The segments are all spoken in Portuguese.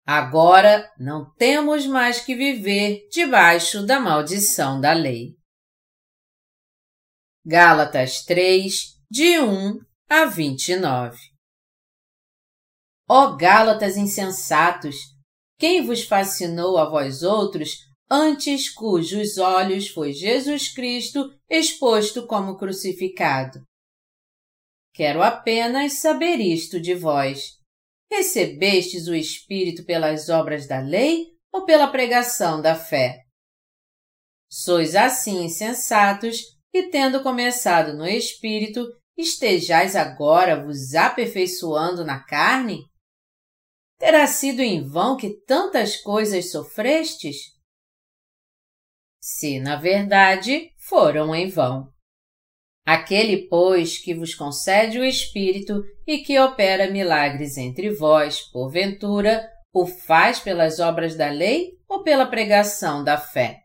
Agora não temos mais que viver debaixo da maldição da lei. Gálatas 3, de 1 a 29. Ó Gálatas insensatos, quem vos fascinou a vós outros, antes cujos olhos foi Jesus Cristo exposto como crucificado? Quero apenas saber isto de vós. Recebestes o Espírito pelas obras da lei ou pela pregação da fé? Sois assim insensatos e, tendo começado no Espírito, estejais agora vos aperfeiçoando na carne? Terá sido em vão que tantas coisas sofrestes? Se, na verdade, foram em vão. Aquele, pois, que vos concede o Espírito e que opera milagres entre vós, porventura, o faz pelas obras da lei ou pela pregação da fé?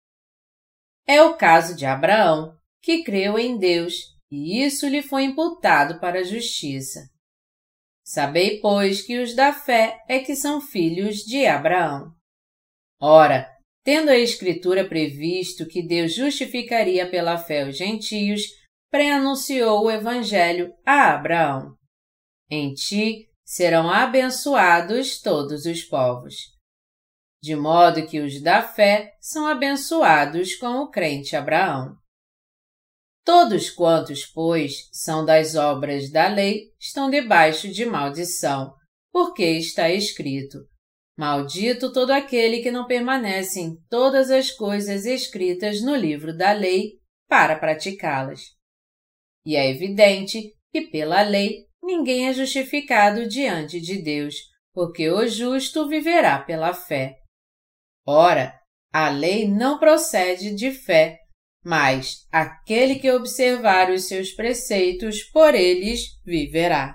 É o caso de Abraão, que creu em Deus, e isso lhe foi imputado para a justiça. Sabei, pois, que os da fé é que são filhos de Abraão. Ora, tendo a Escritura previsto que Deus justificaria pela fé os gentios, pré-anunciou o Evangelho a Abraão. Em ti serão abençoados todos os povos. De modo que os da fé são abençoados com o crente Abraão. Todos quantos, pois, são das obras da lei, estão debaixo de maldição, porque está escrito: Maldito todo aquele que não permanece em todas as coisas escritas no livro da lei para praticá-las. E é evidente que pela lei ninguém é justificado diante de Deus, porque o justo viverá pela fé. Ora, a lei não procede de fé, mas aquele que observar os seus preceitos, por eles viverá.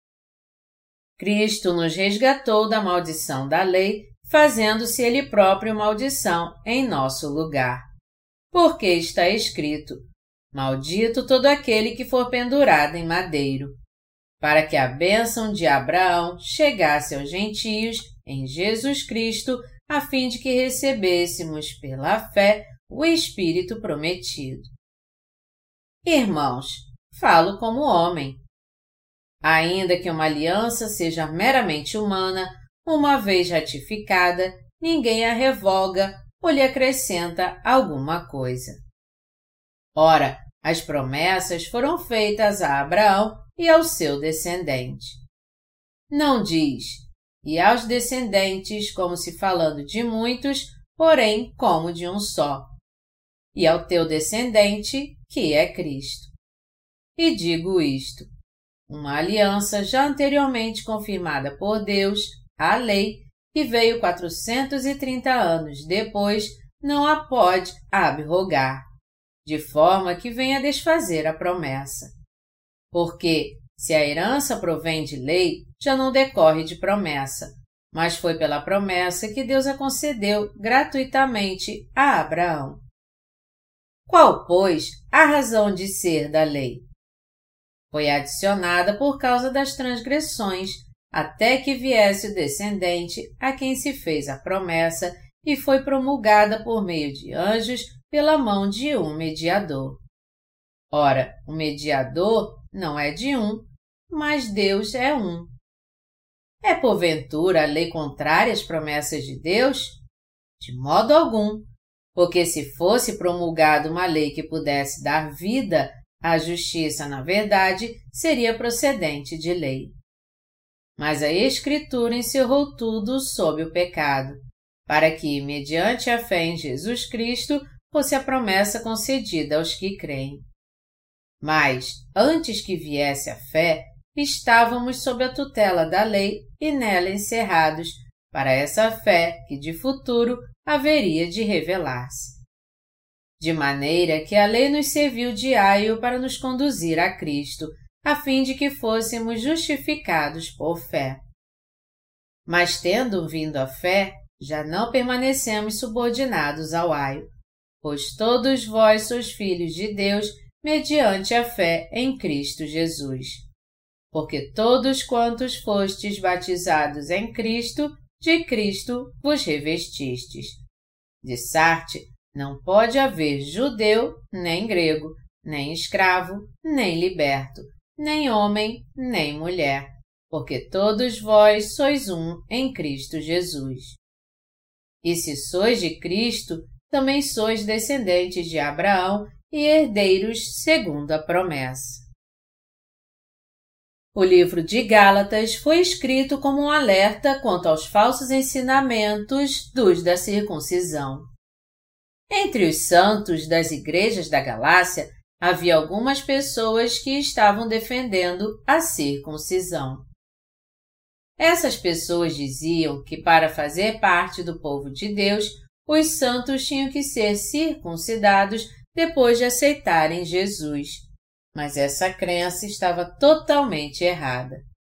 Cristo nos resgatou da maldição da lei, fazendo-se Ele próprio maldição em nosso lugar. Porque está escrito: Maldito todo aquele que for pendurado em madeiro, para que a bênção de Abraão chegasse aos gentios em Jesus Cristo, a fim de que recebêssemos pela fé o Espírito prometido. Irmãos, falo como homem. Ainda que uma aliança seja meramente humana, uma vez ratificada, ninguém a revoga ou lhe acrescenta alguma coisa. Ora, as promessas foram feitas a Abraão e ao seu descendente. Não diz, e aos descendentes, como se falando de muitos, porém como de um só, e ao teu descendente, que é Cristo. E digo isto: uma aliança já anteriormente confirmada por Deus, a lei, que veio 430 anos depois, não a pode abrogar, de forma que venha desfazer a promessa. Porque, se a herança provém de lei, já não decorre de promessa, mas foi pela promessa que Deus a concedeu gratuitamente a Abraão. Qual, pois, a razão de ser da lei? Foi adicionada por causa das transgressões, até que viesse o descendente a quem se fez a promessa e foi promulgada por meio de anjos pela mão de um mediador. Ora, o mediador não é de um, mas Deus é um. É porventura a lei contrária às promessas de Deus? De modo algum, porque se fosse promulgada uma lei que pudesse dar vida, a justiça, na verdade, seria procedente de lei. Mas a Escritura encerrou tudo sob o pecado, para que, mediante a fé em Jesus Cristo, fosse a promessa concedida aos que creem. Mas, antes que viesse a fé, estávamos sob a tutela da lei e nela encerrados, para essa fé que de futuro haveria de revelar-se. De maneira que a lei nos serviu de aio para nos conduzir a Cristo, a fim de que fôssemos justificados por fé. Mas tendo vindo a fé, já não permanecemos subordinados ao aio, pois todos vós sois filhos de Deus mediante a fé em Cristo Jesus. Porque todos quantos fostes batizados em Cristo, de Cristo vos revestistes. De Sarte, não pode haver judeu, nem grego, nem escravo, nem liberto, nem homem, nem mulher, porque todos vós sois um em Cristo Jesus. E se sois de Cristo, também sois descendentes de Abraão e herdeiros segundo a promessa. O livro de Gálatas foi escrito como um alerta quanto aos falsos ensinamentos dos da circuncisão. Entre os santos das igrejas da Galácia, havia algumas pessoas que estavam defendendo a circuncisão. Essas pessoas diziam que para fazer parte do povo de Deus, os santos tinham que ser circuncidados depois de aceitarem Jesus. Mas essa crença estava totalmente errada.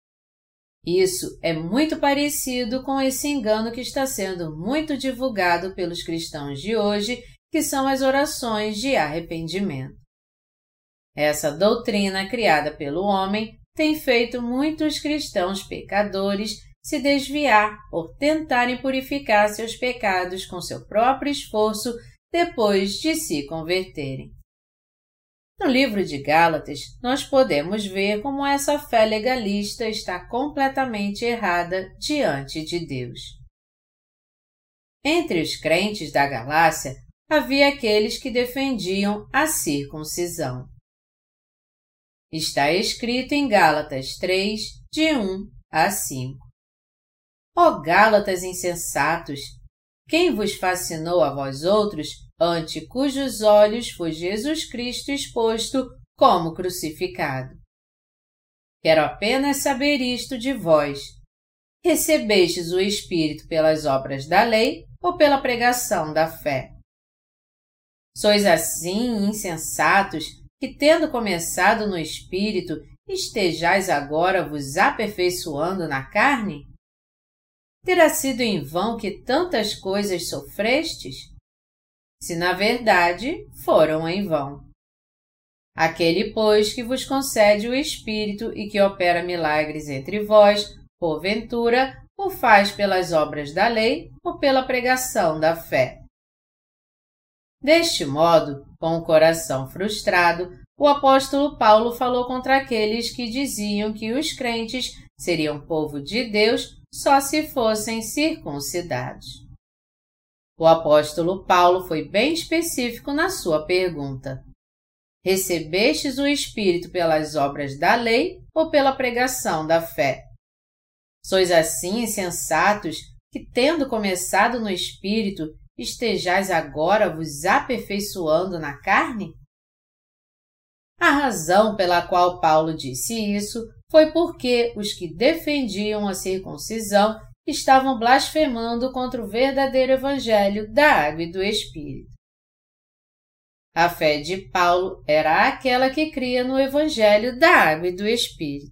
Isso é muito parecido com esse engano que está sendo muito divulgado pelos cristãos de hoje, que são as orações de arrependimento. Essa doutrina criada pelo homem tem feito muitos cristãos pecadores se desviar por tentarem purificar seus pecados com seu próprio esforço depois de se converterem. No livro de Gálatas, nós podemos ver como essa fé legalista está completamente errada diante de Deus. Entre os crentes da Galácia, havia aqueles que defendiam a circuncisão. Está escrito em Gálatas 3, de 1 a 5. Ó Gálatas insensatos! Quem vos fascinou a vós outros, ante cujos olhos foi Jesus Cristo exposto como crucificado? Quero apenas saber isto de vós. Recebestes o Espírito pelas obras da lei ou pela pregação da fé? Sois assim insensatos que, tendo começado no Espírito, estejais agora vos aperfeiçoando na carne? Terá sido em vão que tantas coisas sofrestes? Se na verdade foram em vão. Aquele, pois, que vos concede o Espírito e que opera milagres entre vós, porventura, o faz pelas obras da lei ou pela pregação da fé? Deste modo, com o coração frustrado, o apóstolo Paulo falou contra aqueles que diziam que os crentes seriam povo de Deus só se fossem circuncidados. O apóstolo Paulo foi bem específico na sua pergunta. Recebestes o Espírito pelas obras da lei ou pela pregação da fé? Sois assim insensatos que, tendo começado no Espírito, estejais agora vos aperfeiçoando na carne? A razão pela qual Paulo disse isso foi porque os que defendiam a circuncisão estavam blasfemando contra o verdadeiro evangelho da água e do Espírito. A fé de Paulo era aquela que cria no evangelho da água e do Espírito.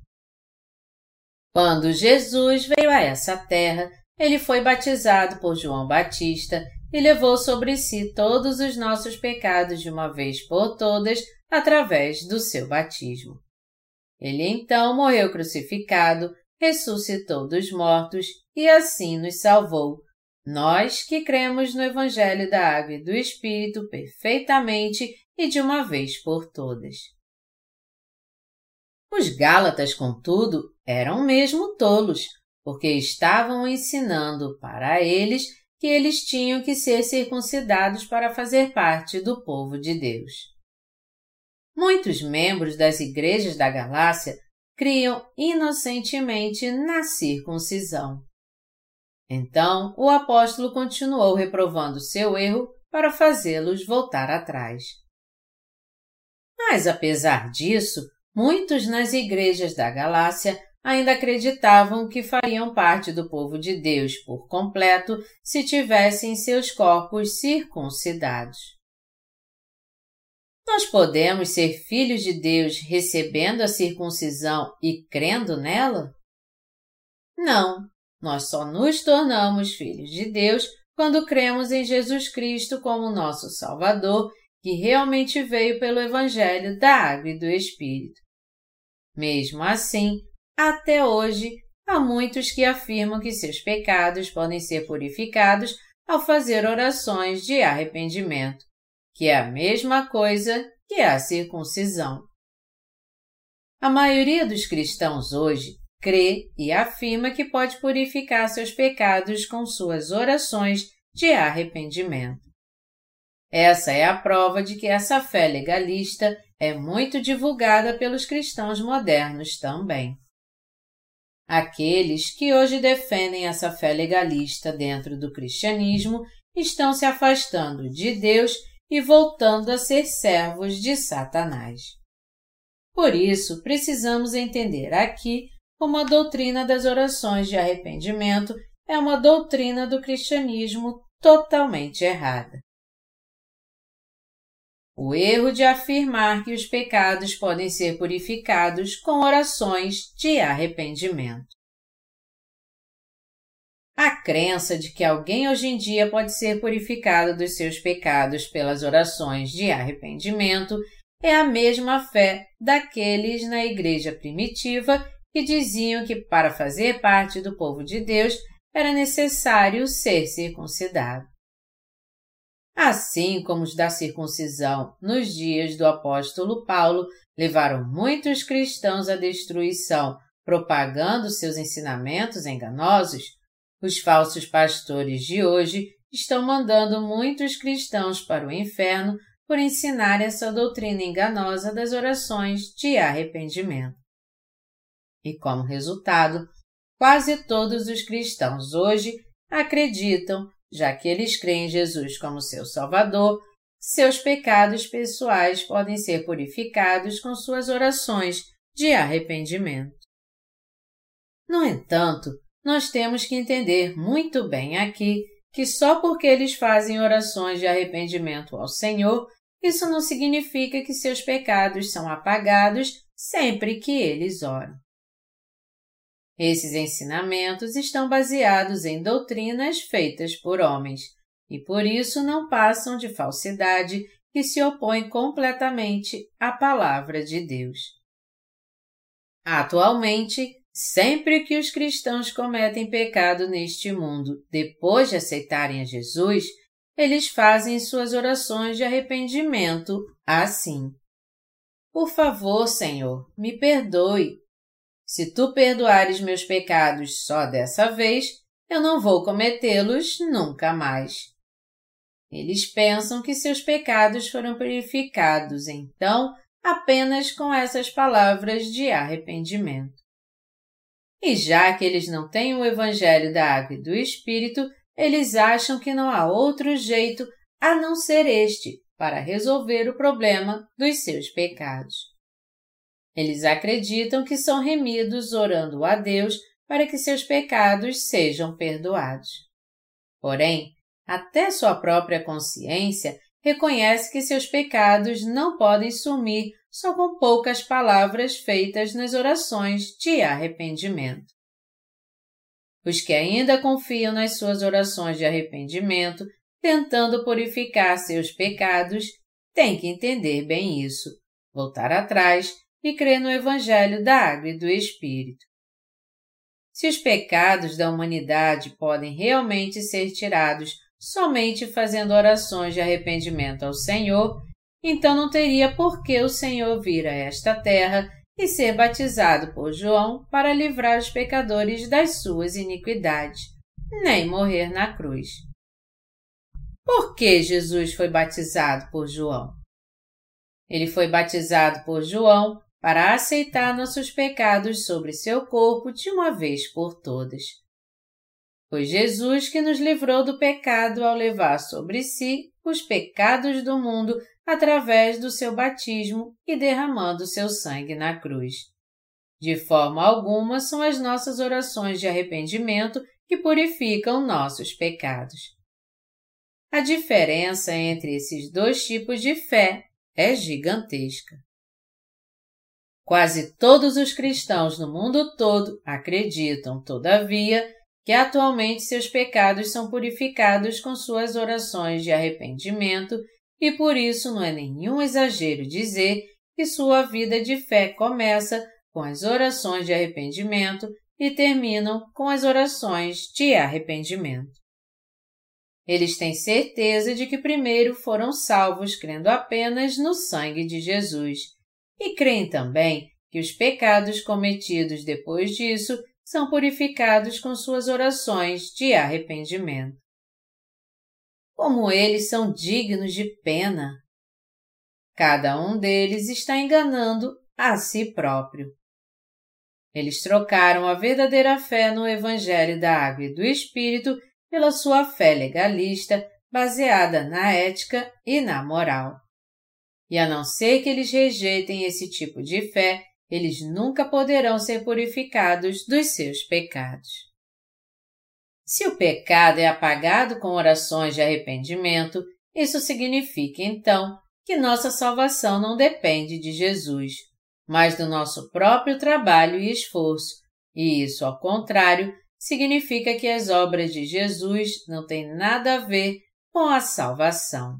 Quando Jesus veio a essa terra, ele foi batizado por João Batista e levou sobre si todos os nossos pecados de uma vez por todas através do seu batismo. Ele então morreu crucificado, ressuscitou dos mortos e assim nos salvou, nós que cremos no Evangelho da Água e do Espírito perfeitamente e de uma vez por todas. Os Gálatas, contudo, eram mesmo tolos, porque estavam ensinando para eles que eles tinham que ser circuncidados para fazer parte do povo de Deus. Muitos membros das igrejas da Galácia criam inocentemente na circuncisão. Então, o apóstolo continuou reprovando seu erro para fazê-los voltar atrás. Mas, apesar disso, muitos nas igrejas da Galácia ainda acreditavam que fariam parte do povo de Deus por completo se tivessem seus corpos circuncidados. Nós podemos ser filhos de Deus recebendo a circuncisão e crendo nela? Não, nós só nos tornamos filhos de Deus quando cremos em Jesus Cristo como nosso Salvador, que realmente veio pelo Evangelho da Água e do Espírito. Mesmo assim, até hoje, há muitos que afirmam que seus pecados podem ser purificados ao fazer orações de arrependimento, que é a mesma coisa que a circuncisão. A maioria dos cristãos hoje crê e afirma que pode purificar seus pecados com suas orações de arrependimento. Essa é a prova de que essa fé legalista é muito divulgada pelos cristãos modernos também. Aqueles que hoje defendem essa fé legalista dentro do cristianismo estão se afastando de Deus e voltando a ser servos de Satanás. Por isso, precisamos entender aqui como a doutrina das orações de arrependimento é uma doutrina do cristianismo totalmente errada. O erro de afirmar que os pecados podem ser purificados com orações de arrependimento. A crença de que alguém hoje em dia pode ser purificado dos seus pecados pelas orações de arrependimento é a mesma fé daqueles na igreja primitiva que diziam que para fazer parte do povo de Deus era necessário ser circuncidado. Assim como os da circuncisão nos dias do apóstolo Paulo levaram muitos cristãos à destruição propagando seus ensinamentos enganosos, os falsos pastores de hoje estão mandando muitos cristãos para o inferno por ensinar essa doutrina enganosa das orações de arrependimento. E como resultado, quase todos os cristãos hoje acreditam, já que eles creem em Jesus como seu Salvador, seus pecados pessoais podem ser purificados com suas orações de arrependimento. No entanto, nós temos que entender muito bem aqui que só porque eles fazem orações de arrependimento ao Senhor, isso não significa que seus pecados são apagados sempre que eles oram. Esses ensinamentos estão baseados em doutrinas feitas por homens, e por isso não passam de falsidade que se opõe completamente à palavra de Deus. Atualmente, sempre que os cristãos cometem pecado neste mundo depois de aceitarem a Jesus, eles fazem suas orações de arrependimento assim: Por favor, Senhor, me perdoe. Se tu perdoares meus pecados só dessa vez, eu não vou cometê-los nunca mais. Eles pensam que seus pecados foram purificados, então, apenas com essas palavras de arrependimento. E já que eles não têm o Evangelho da Água e do Espírito, eles acham que não há outro jeito a não ser este para resolver o problema dos seus pecados. Eles acreditam que são remidos orando a Deus para que seus pecados sejam perdoados. Porém, até sua própria consciência reconhece que seus pecados não podem sumir só com poucas palavras feitas nas orações de arrependimento. Os que ainda confiam nas suas orações de arrependimento, tentando purificar seus pecados, têm que entender bem isso, voltar atrás e crer no Evangelho da Água e do Espírito. Se os pecados da humanidade podem realmente ser tirados somente fazendo orações de arrependimento ao Senhor, então não teria por que o Senhor vir a esta terra e ser batizado por João para livrar os pecadores das suas iniquidades, nem morrer na cruz. Por que Jesus foi batizado por João? Ele foi batizado por João para aceitar nossos pecados sobre seu corpo de uma vez por todas. Foi Jesus que nos livrou do pecado ao levar sobre si os pecados do mundo através do seu batismo e derramando seu sangue na cruz. De forma alguma são as nossas orações de arrependimento que purificam nossos pecados. A diferença entre esses dois tipos de fé é gigantesca. Quase todos os cristãos no mundo todo acreditam, todavia, que atualmente seus pecados são purificados com suas orações de arrependimento e por isso não é nenhum exagero dizer que sua vida de fé começa com as orações de arrependimento e terminam com as orações de arrependimento. Eles têm certeza de que primeiro foram salvos crendo apenas no sangue de Jesus e creem também que os pecados cometidos depois disso são purificados com suas orações de arrependimento. Como eles são dignos de pena! Cada um deles está enganando a si próprio. Eles trocaram a verdadeira fé no Evangelho da Água e do Espírito pela sua fé legalista, baseada na ética e na moral. E a não ser que eles rejeitem esse tipo de fé, eles nunca poderão ser purificados dos seus pecados. Se o pecado é apagado com orações de arrependimento, isso significa, então, que nossa salvação não depende de Jesus, mas do nosso próprio trabalho e esforço, e isso, ao contrário, significa que as obras de Jesus não têm nada a ver com a salvação.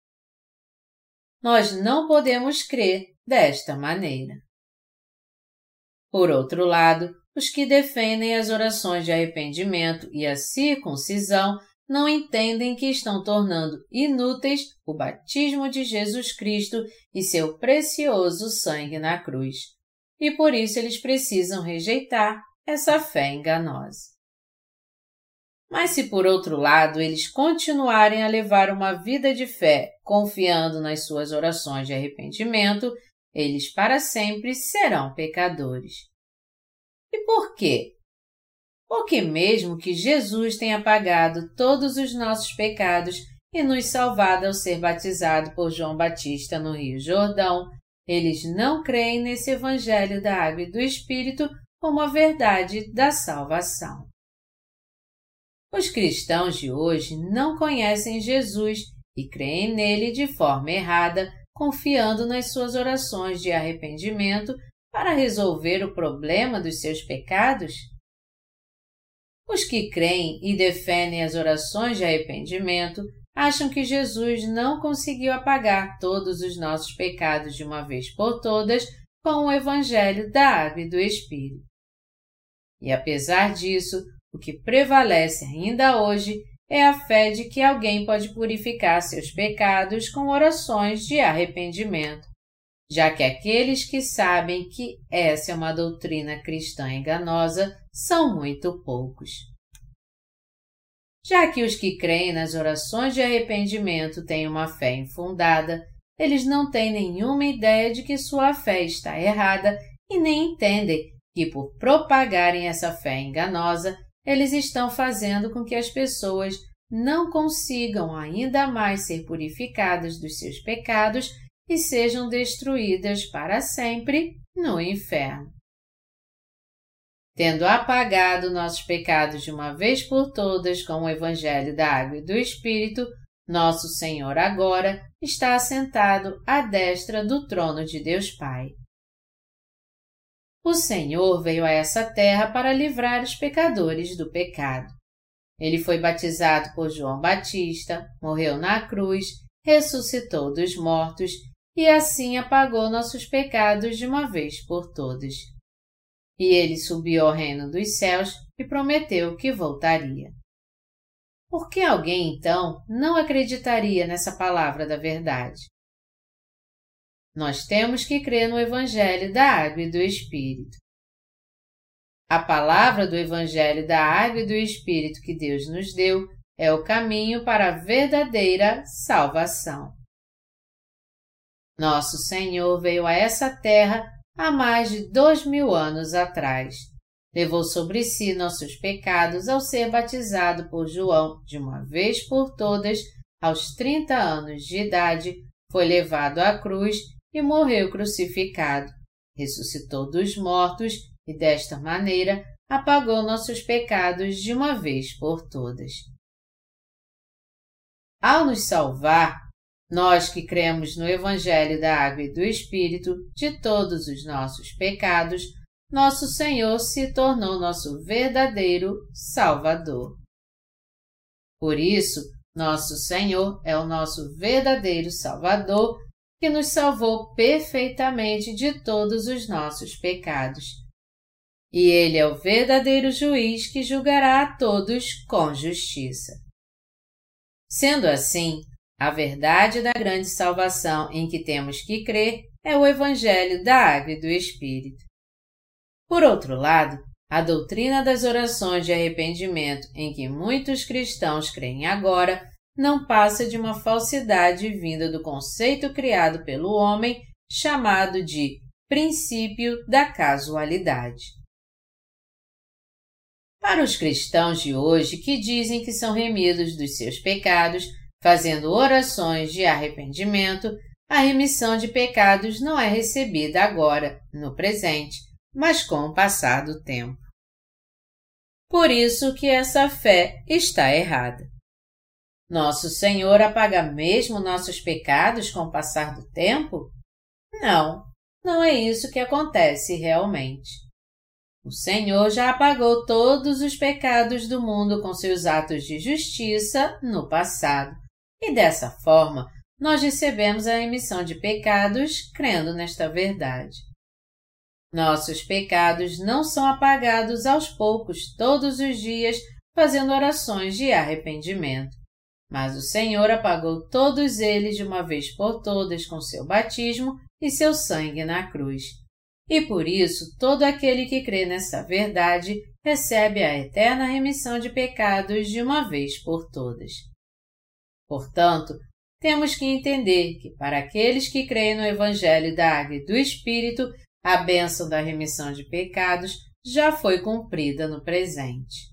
Nós não podemos crer desta maneira. Por outro lado, os que defendem as orações de arrependimento e a circuncisão não entendem que estão tornando inúteis o batismo de Jesus Cristo e seu precioso sangue na cruz, e por isso eles precisam rejeitar essa fé enganosa. Mas se por outro lado eles continuarem a levar uma vida de fé confiando nas suas orações de arrependimento, eles para sempre serão pecadores. E por quê? Porque mesmo que Jesus tenha pagado todos os nossos pecados e nos salvado ao ser batizado por João Batista no Rio Jordão, eles não creem nesse Evangelho da Água e do Espírito como a verdade da salvação. Os cristãos de hoje não conhecem Jesus e creem nele de forma errada, confiando nas suas orações de arrependimento para resolver o problema dos seus pecados? Os que creem e defendem as orações de arrependimento acham que Jesus não conseguiu apagar todos os nossos pecados de uma vez por todas com o Evangelho da Água e do Espírito. E apesar disso, o que prevalece ainda hoje é a fé de que alguém pode purificar seus pecados com orações de arrependimento, já que aqueles que sabem que essa é uma doutrina cristã enganosa são muito poucos. Já que os que creem nas orações de arrependimento têm uma fé infundada, eles não têm nenhuma ideia de que sua fé está errada e nem entendem que, por propagarem essa fé enganosa, eles estão fazendo com que as pessoas não consigam ainda mais ser purificadas dos seus pecados e sejam destruídas para sempre no inferno. Tendo apagado nossos pecados de uma vez por todas com o Evangelho da Água e do Espírito, nosso Senhor agora está assentado à destra do trono de Deus Pai. O Senhor veio a essa terra para livrar os pecadores do pecado. Ele foi batizado por João Batista, morreu na cruz, ressuscitou dos mortos e assim apagou nossos pecados de uma vez por todas. E ele subiu ao reino dos céus e prometeu que voltaria. Por que alguém, então, não acreditaria nessa palavra da verdade? Nós temos que crer no Evangelho da Água e do Espírito. A palavra do Evangelho da Água e do Espírito que Deus nos deu é o caminho para a verdadeira salvação. Nosso Senhor veio a essa terra há mais de 2000 anos atrás. Levou sobre si nossos pecados ao ser batizado por João de uma vez por todas, aos 30 anos de idade, foi levado à cruz e morreu crucificado. Ressuscitou dos mortos e, desta maneira, apagou nossos pecados de uma vez por todas. Ao nos salvar, nós que cremos no Evangelho da Água e do Espírito de todos os nossos pecados, nosso Senhor se tornou nosso verdadeiro Salvador. Por isso, nosso Senhor é o nosso verdadeiro Salvador, que nos salvou perfeitamente de todos os nossos pecados. e Ele é o verdadeiro juiz que julgará a todos com justiça. Sendo assim, a verdade da grande salvação em que temos que crer é o Evangelho da Água e do Espírito. Por outro lado, a doutrina das orações de arrependimento em que muitos cristãos creem agora não passa de uma falsidade vinda do conceito criado pelo homem chamado de princípio da casualidade. Para os cristãos de hoje que dizem que são remidos dos seus pecados, fazendo orações de arrependimento, a remissão de pecados não é recebida agora, no presente, mas com o passar do tempo. Por isso que essa fé está errada. Nosso Senhor apaga mesmo nossos pecados com o passar do tempo? Não, não é isso que acontece realmente. O Senhor já apagou todos os pecados do mundo com seus atos de justiça no passado, e dessa forma nós recebemos a remissão de pecados crendo nesta verdade. Nossos pecados não são apagados aos poucos todos os dias fazendo orações de arrependimento, mas o Senhor apagou todos eles de uma vez por todas com seu batismo e seu sangue na cruz. E por isso todo aquele que crê nessa verdade recebe a eterna remissão de pecados de uma vez por todas. Portanto, temos que entender que para aqueles que creem no Evangelho da Água e do Espírito, a bênção da remissão de pecados já foi cumprida no presente.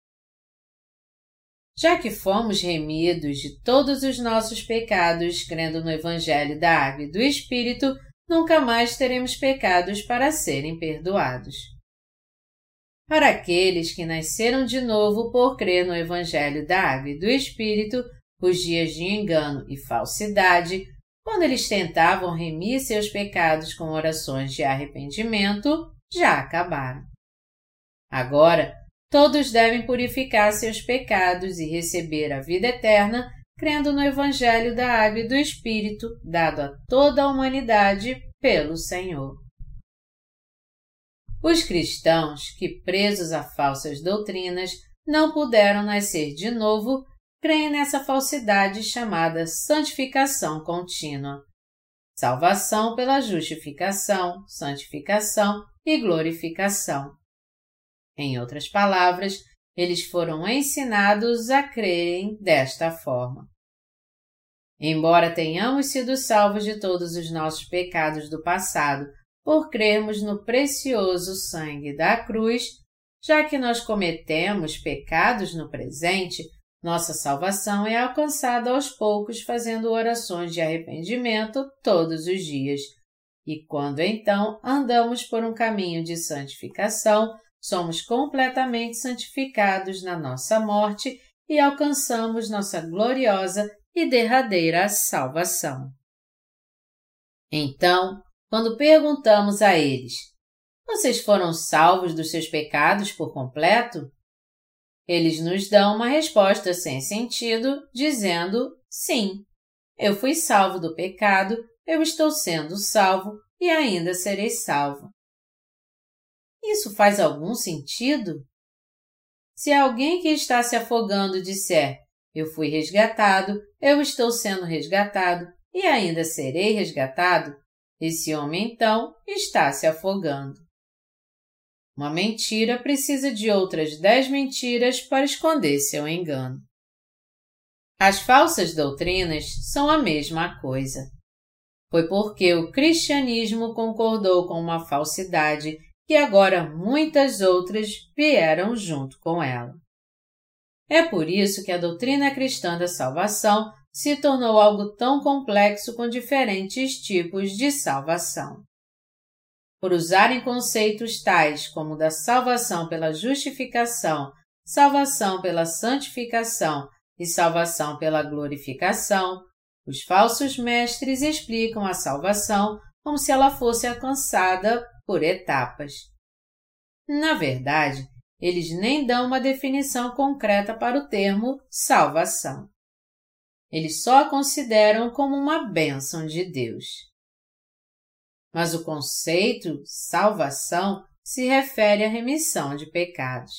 Já que fomos remidos de todos os nossos pecados crendo no Evangelho da Água e do Espírito, nunca mais teremos pecados para serem perdoados. Para aqueles que nasceram de novo por crer no Evangelho da Água e do Espírito, os dias de engano e falsidade, quando eles tentavam remir seus pecados com orações de arrependimento, já acabaram. Agora, todos devem purificar seus pecados e receber a vida eterna, crendo no Evangelho da Água e do Espírito, dado a toda a humanidade pelo Senhor. Os cristãos, que presos a falsas doutrinas, não puderam nascer de novo, creem nessa falsidade chamada santificação contínua. Salvação pela justificação, santificação e glorificação. Em outras palavras, eles foram ensinados a crerem desta forma. Embora tenhamos sido salvos de todos os nossos pecados do passado por crermos no precioso sangue da cruz, já que nós cometemos pecados no presente, nossa salvação é alcançada aos poucos fazendo orações de arrependimento todos os dias. E quando então andamos por um caminho de santificação, somos completamente santificados na nossa morte e alcançamos nossa gloriosa e derradeira salvação. Então, quando perguntamos a eles, vocês foram salvos dos seus pecados por completo? Eles nos dão uma resposta sem sentido, dizendo, sim, eu fui salvo do pecado, eu estou sendo salvo e ainda serei salvo. Isso faz algum sentido? Se alguém que está se afogando disser, eu fui resgatado, eu estou sendo resgatado e ainda serei resgatado, esse homem então está se afogando. Uma mentira precisa de outras 10 mentiras para esconder seu engano. As falsas doutrinas são a mesma coisa. Foi porque o cristianismo concordou com uma falsidade que agora muitas outras vieram junto com ela. É por isso que a doutrina cristã da salvação se tornou algo tão complexo com diferentes tipos de salvação. Por usarem conceitos tais como da salvação pela justificação, salvação pela santificação e salvação pela glorificação, os falsos mestres explicam a salvação como se ela fosse alcançada por etapas. Na verdade, eles nem dão uma definição concreta para o termo salvação. Eles só a consideram como uma bênção de Deus. Mas o conceito salvação se refere à remissão de pecados.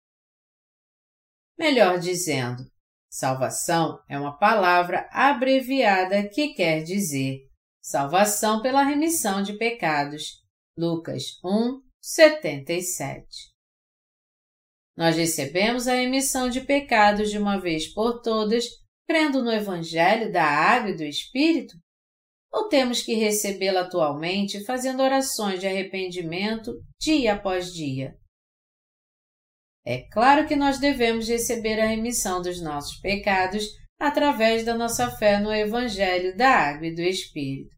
Melhor dizendo, salvação é uma palavra abreviada que quer dizer salvação pela remissão de pecados. Lucas 1:77. Nós recebemos a remissão de pecados de uma vez por todas, crendo no Evangelho da Água e do Espírito? Ou temos que recebê-la atualmente fazendo orações de arrependimento dia após dia? É claro que nós devemos receber a remissão dos nossos pecados através da nossa fé no Evangelho da Água e do Espírito.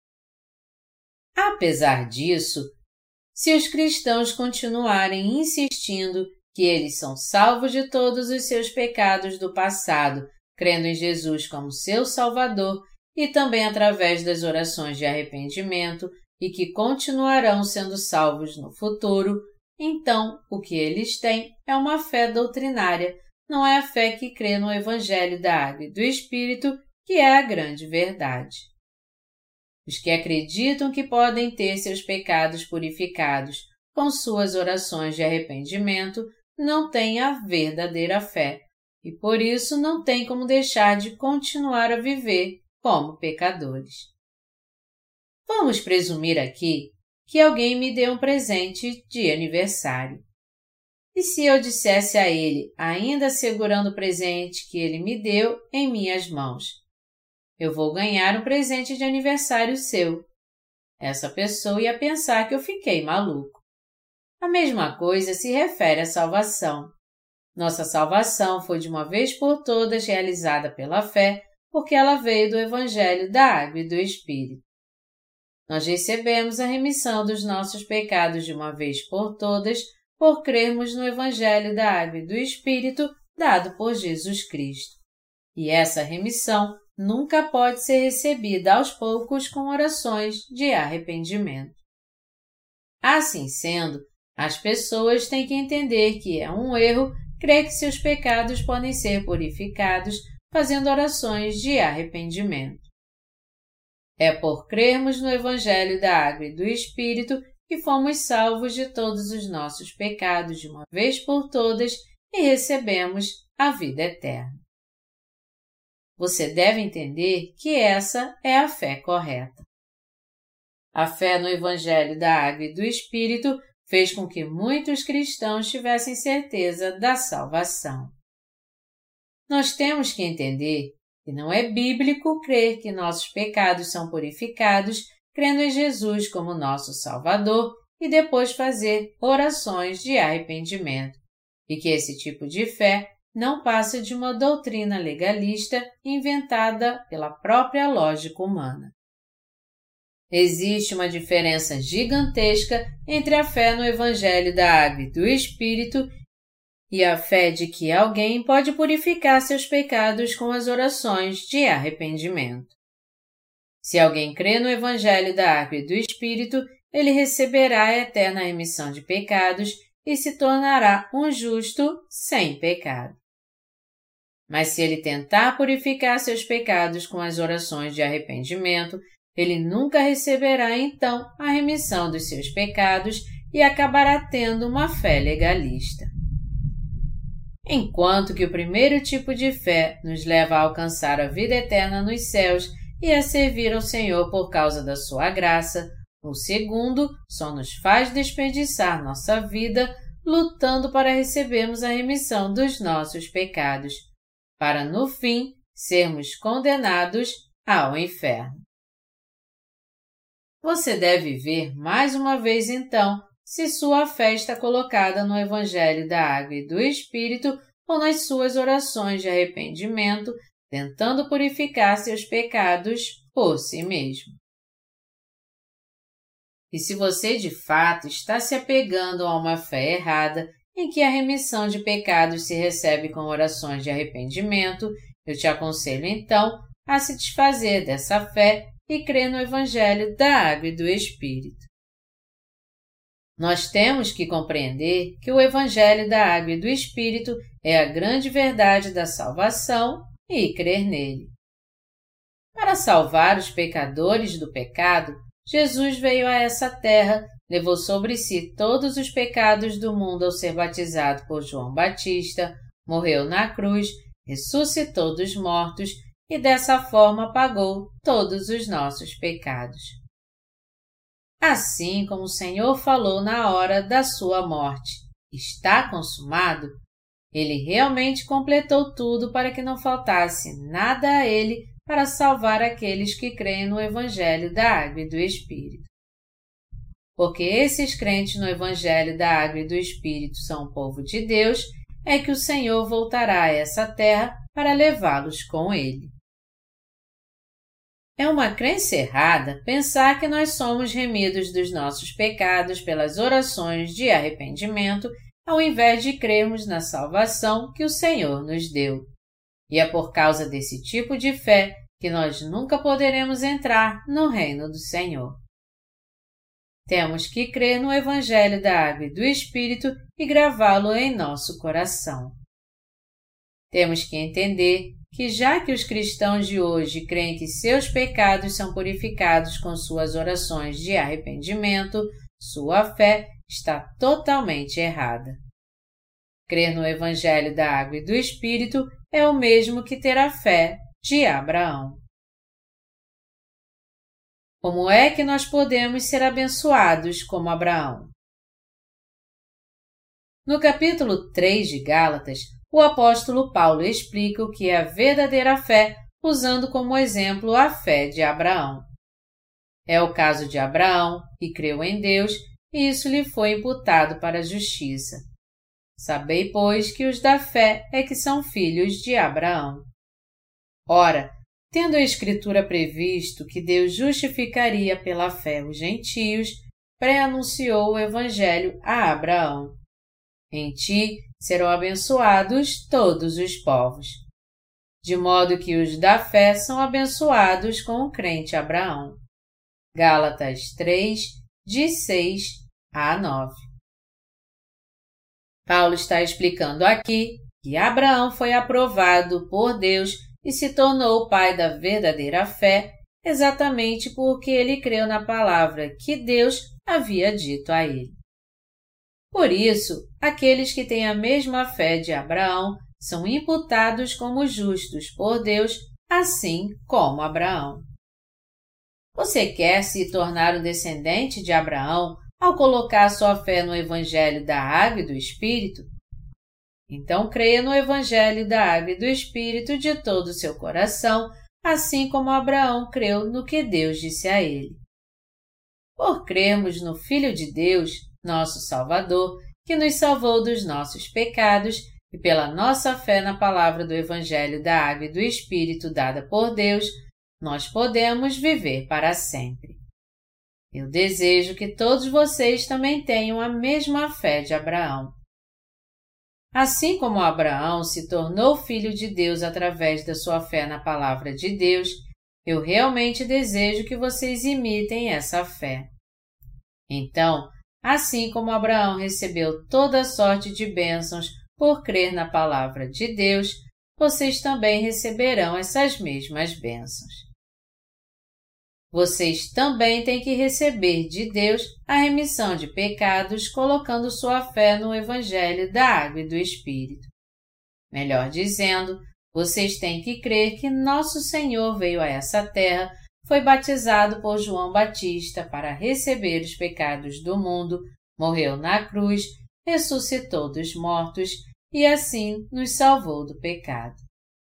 Apesar disso, se os cristãos continuarem insistindo que eles são salvos de todos os seus pecados do passado, crendo em Jesus como seu Salvador e também através das orações de arrependimento e que continuarão sendo salvos no futuro, então o que eles têm é uma fé doutrinária, não é a fé que crê no Evangelho da Água e do Espírito, que é a grande verdade. Os que acreditam que podem ter seus pecados purificados com suas orações de arrependimento não têm a verdadeira fé e por isso não têm como deixar de continuar a viver como pecadores. Vamos presumir aqui que alguém me dê um presente de aniversário. E se eu dissesse a ele, ainda segurando o presente que ele me deu em minhas mãos, eu vou ganhar um presente de aniversário seu. Essa pessoa ia pensar que eu fiquei maluco. A mesma coisa se refere à salvação. Nossa salvação foi de uma vez por todas realizada pela fé, porque ela veio do Evangelho da Água e do Espírito. Nós recebemos a remissão dos nossos pecados de uma vez por todas por crermos no Evangelho da Água e do Espírito dado por Jesus Cristo. E essa remissão nunca pode ser recebida aos poucos com orações de arrependimento. Assim sendo, as pessoas têm que entender que é um erro crer que seus pecados podem ser purificados fazendo orações de arrependimento. É por crermos no Evangelho da Água e do Espírito que fomos salvos de todos os nossos pecados de uma vez por todas e recebemos a vida eterna. Você deve entender que essa é a fé correta. A fé no Evangelho da Água e do Espírito fez com que muitos cristãos tivessem certeza da salvação. Nós temos que entender que não é bíblico crer que nossos pecados são purificados crendo em Jesus como nosso Salvador e depois fazer orações de arrependimento, e que esse tipo de fé não passa de uma doutrina legalista inventada pela própria lógica humana. Existe uma diferença gigantesca entre a fé no Evangelho da Água e do Espírito e a fé de que alguém pode purificar seus pecados com as orações de arrependimento. Se alguém crê no Evangelho da Água e do Espírito, ele receberá a eterna remissão de pecados e se tornará um justo sem pecado. Mas se ele tentar purificar seus pecados com as orações de arrependimento, ele nunca receberá então a remissão dos seus pecados e acabará tendo uma fé legalista. Enquanto que o primeiro tipo de fé nos leva a alcançar a vida eterna nos céus e a servir ao Senhor por causa da sua graça, o segundo só nos faz desperdiçar nossa vida lutando para recebermos a remissão dos nossos pecados, para no fim sermos condenados ao inferno. Você deve ver mais uma vez então se sua fé está colocada no Evangelho da Água e do Espírito ou nas suas orações de arrependimento, tentando purificar seus pecados por si mesmo. E se você de fato está se apegando a uma fé errada, em que a remissão de pecados se recebe com orações de arrependimento, eu te aconselho então a se desfazer dessa fé e crer no Evangelho da Água e do Espírito. Nós temos que compreender que o Evangelho da Água e do Espírito é a grande verdade da salvação e crer nele. Para salvar os pecadores do pecado, Jesus veio a essa terra, levou sobre si todos os pecados do mundo ao ser batizado por João Batista, morreu na cruz, ressuscitou dos mortos e dessa forma pagou todos os nossos pecados. Assim como o Senhor falou na hora da sua morte, está consumado, Ele realmente completou tudo para que não faltasse nada a Ele para salvar aqueles que creem no Evangelho da Água e do Espírito. Porque esses crentes no Evangelho da Água e do Espírito são o povo de Deus, é que o Senhor voltará a essa terra para levá-los com Ele. É uma crença errada pensar que nós somos remidos dos nossos pecados pelas orações de arrependimento, ao invés de crermos na salvação que o Senhor nos deu. E é por causa desse tipo de fé que nós nunca poderemos entrar no reino do Senhor. Temos que crer no Evangelho da Água e do Espírito e gravá-lo em nosso coração. Temos que entender que já que os cristãos de hoje creem que seus pecados são purificados com suas orações de arrependimento, sua fé está totalmente errada. Crer no Evangelho da Água e do Espírito é o mesmo que ter a fé de Abraão. Como é que nós podemos ser abençoados como Abraão? No capítulo 3 de Gálatas, o apóstolo Paulo explica o que é a verdadeira fé, usando como exemplo a fé de Abraão. É o caso de Abraão, que creu em Deus, e isso lhe foi imputado para a justiça. Sabei, pois, que os da fé é que são filhos de Abraão. Ora, tendo a Escritura previsto que Deus justificaria pela fé os gentios, pré-anunciou o Evangelho a Abraão. Em ti serão abençoados todos os povos. De modo que os da fé são abençoados com o crente Abraão. Gálatas 3, de 6 a 9. Paulo está explicando aqui que Abraão foi aprovado por Deus e se tornou o pai da verdadeira fé, exatamente porque ele creu na palavra que Deus havia dito a ele. Por isso, aqueles que têm a mesma fé de Abraão são imputados como justos por Deus, assim como Abraão. Você quer se tornar um descendente de Abraão ao colocar sua fé no Evangelho da Água e do Espírito? Então creia no Evangelho da Água e do Espírito de todo o seu coração, assim como Abraão creu no que Deus disse a ele. Por crermos no Filho de Deus, nosso Salvador, que nos salvou dos nossos pecados, e pela nossa fé na palavra do Evangelho da Água e do Espírito dada por Deus, nós podemos viver para sempre. Eu desejo que todos vocês também tenham a mesma fé de Abraão. Assim como Abraão se tornou filho de Deus através da sua fé na palavra de Deus, eu realmente desejo que vocês imitem essa fé. Então, assim como Abraão recebeu toda sorte de bênçãos por crer na palavra de Deus, vocês também receberão essas mesmas bênçãos. Vocês também têm que receber de Deus a remissão de pecados colocando sua fé no Evangelho da Água e do Espírito. Melhor dizendo, vocês têm que crer que nosso Senhor veio a essa terra, foi batizado por João Batista para receber os pecados do mundo, morreu na cruz, ressuscitou dos mortos e assim nos salvou do pecado.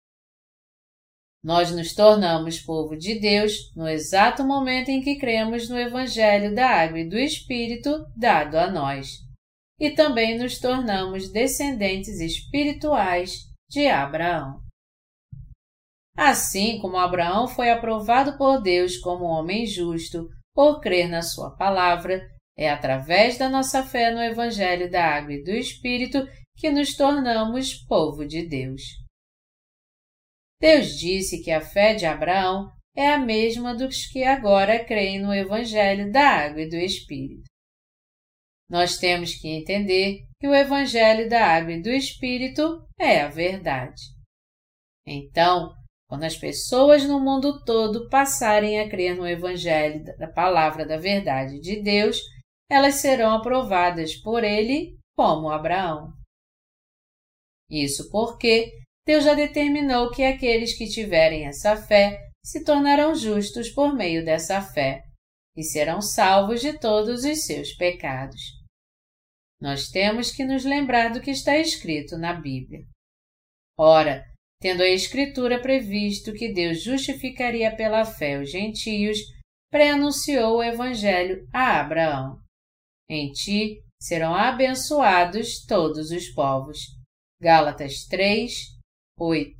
Nós nos tornamos povo de Deus no exato momento em que cremos no Evangelho da Água e do Espírito dado a nós, e também nos tornamos descendentes espirituais de Abraão. Assim como Abraão foi aprovado por Deus como homem justo por crer na sua palavra, é através da nossa fé no Evangelho da Água e do Espírito que nos tornamos povo de Deus. Deus disse que a fé de Abraão é a mesma dos que agora creem no Evangelho da Água e do Espírito. Nós temos que entender que o Evangelho da Água e do Espírito é a verdade. Então, quando as pessoas no mundo todo passarem a crer no Evangelho da Palavra da Verdade de Deus, elas serão aprovadas por ele como Abraão. Isso porque Deus já determinou que aqueles que tiverem essa fé se tornarão justos por meio dessa fé e serão salvos de todos os seus pecados. Nós temos que nos lembrar do que está escrito na Bíblia. Ora, tendo a Escritura previsto que Deus justificaria pela fé os gentios, pré-anunciou o Evangelho a Abraão. Em ti serão abençoados todos os povos. Gálatas 3, 8.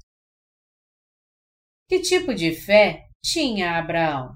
Que tipo de fé tinha Abraão?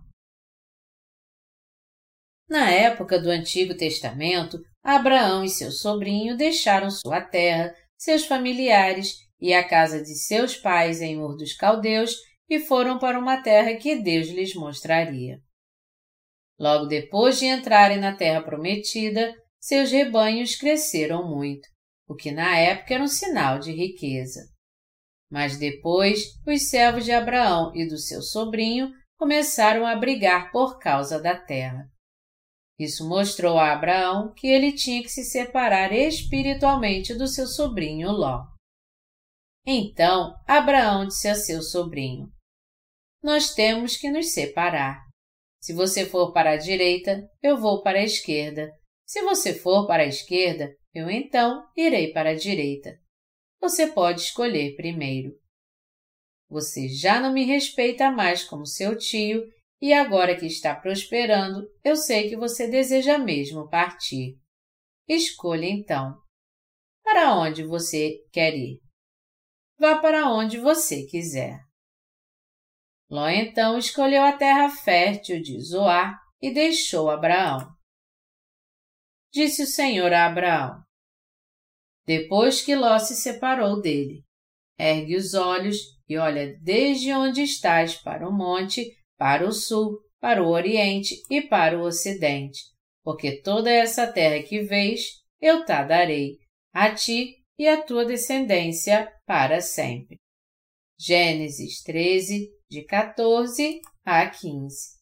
Na época do Antigo Testamento, Abraão e seu sobrinho deixaram sua terra, seus familiares e a casa de seus pais em Ur dos Caldeus e foram para uma terra que Deus lhes mostraria. Logo depois de entrarem na terra prometida, seus rebanhos cresceram muito, o que na época era um sinal de riqueza. Mas depois, os servos de Abraão e do seu sobrinho começaram a brigar por causa da terra. Isso mostrou a Abraão que ele tinha que se separar espiritualmente do seu sobrinho Ló. Então, Abraão disse a seu sobrinho: "Nós temos que nos separar. Se você for para a direita, eu vou para a esquerda. Se você for para a esquerda, eu então irei para a direita. Você pode escolher primeiro. Você já não me respeita mais como seu tio e agora que está prosperando, eu sei que você deseja mesmo partir. Escolha então. Para onde você quer ir? Vá para onde você quiser." Ló então escolheu a terra fértil de Zoar e deixou Abraão. Disse o Senhor a Abraão: "Depois que Ló se separou dele, ergue os olhos e olha desde onde estás para o monte, para o sul, para o oriente e para o ocidente, porque toda essa terra que vês, eu te darei, a ti e à tua descendência para sempre." Gênesis 13, de 14 a 15.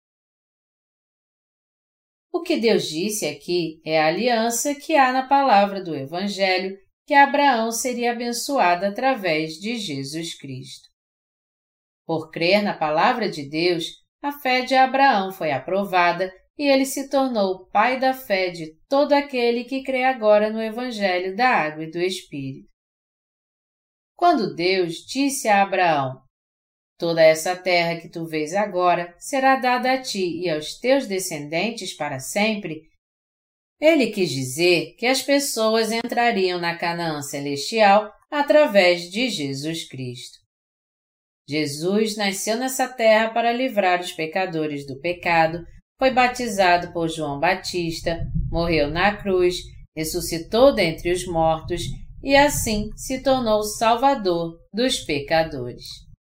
O que Deus disse aqui é a aliança que há na palavra do Evangelho que Abraão seria abençoado através de Jesus Cristo. Por crer na palavra de Deus, a fé de Abraão foi aprovada e ele se tornou pai da fé de todo aquele que crê agora no Evangelho da Água e do Espírito. Quando Deus disse a Abraão: "Toda essa terra que tu vês agora será dada a ti e aos teus descendentes para sempre", ele quis dizer que as pessoas entrariam na Canaã celestial através de Jesus Cristo. Jesus nasceu nessa terra para livrar os pecadores do pecado, foi batizado por João Batista, morreu na cruz, ressuscitou dentre os mortos e assim se tornou Salvador dos pecadores.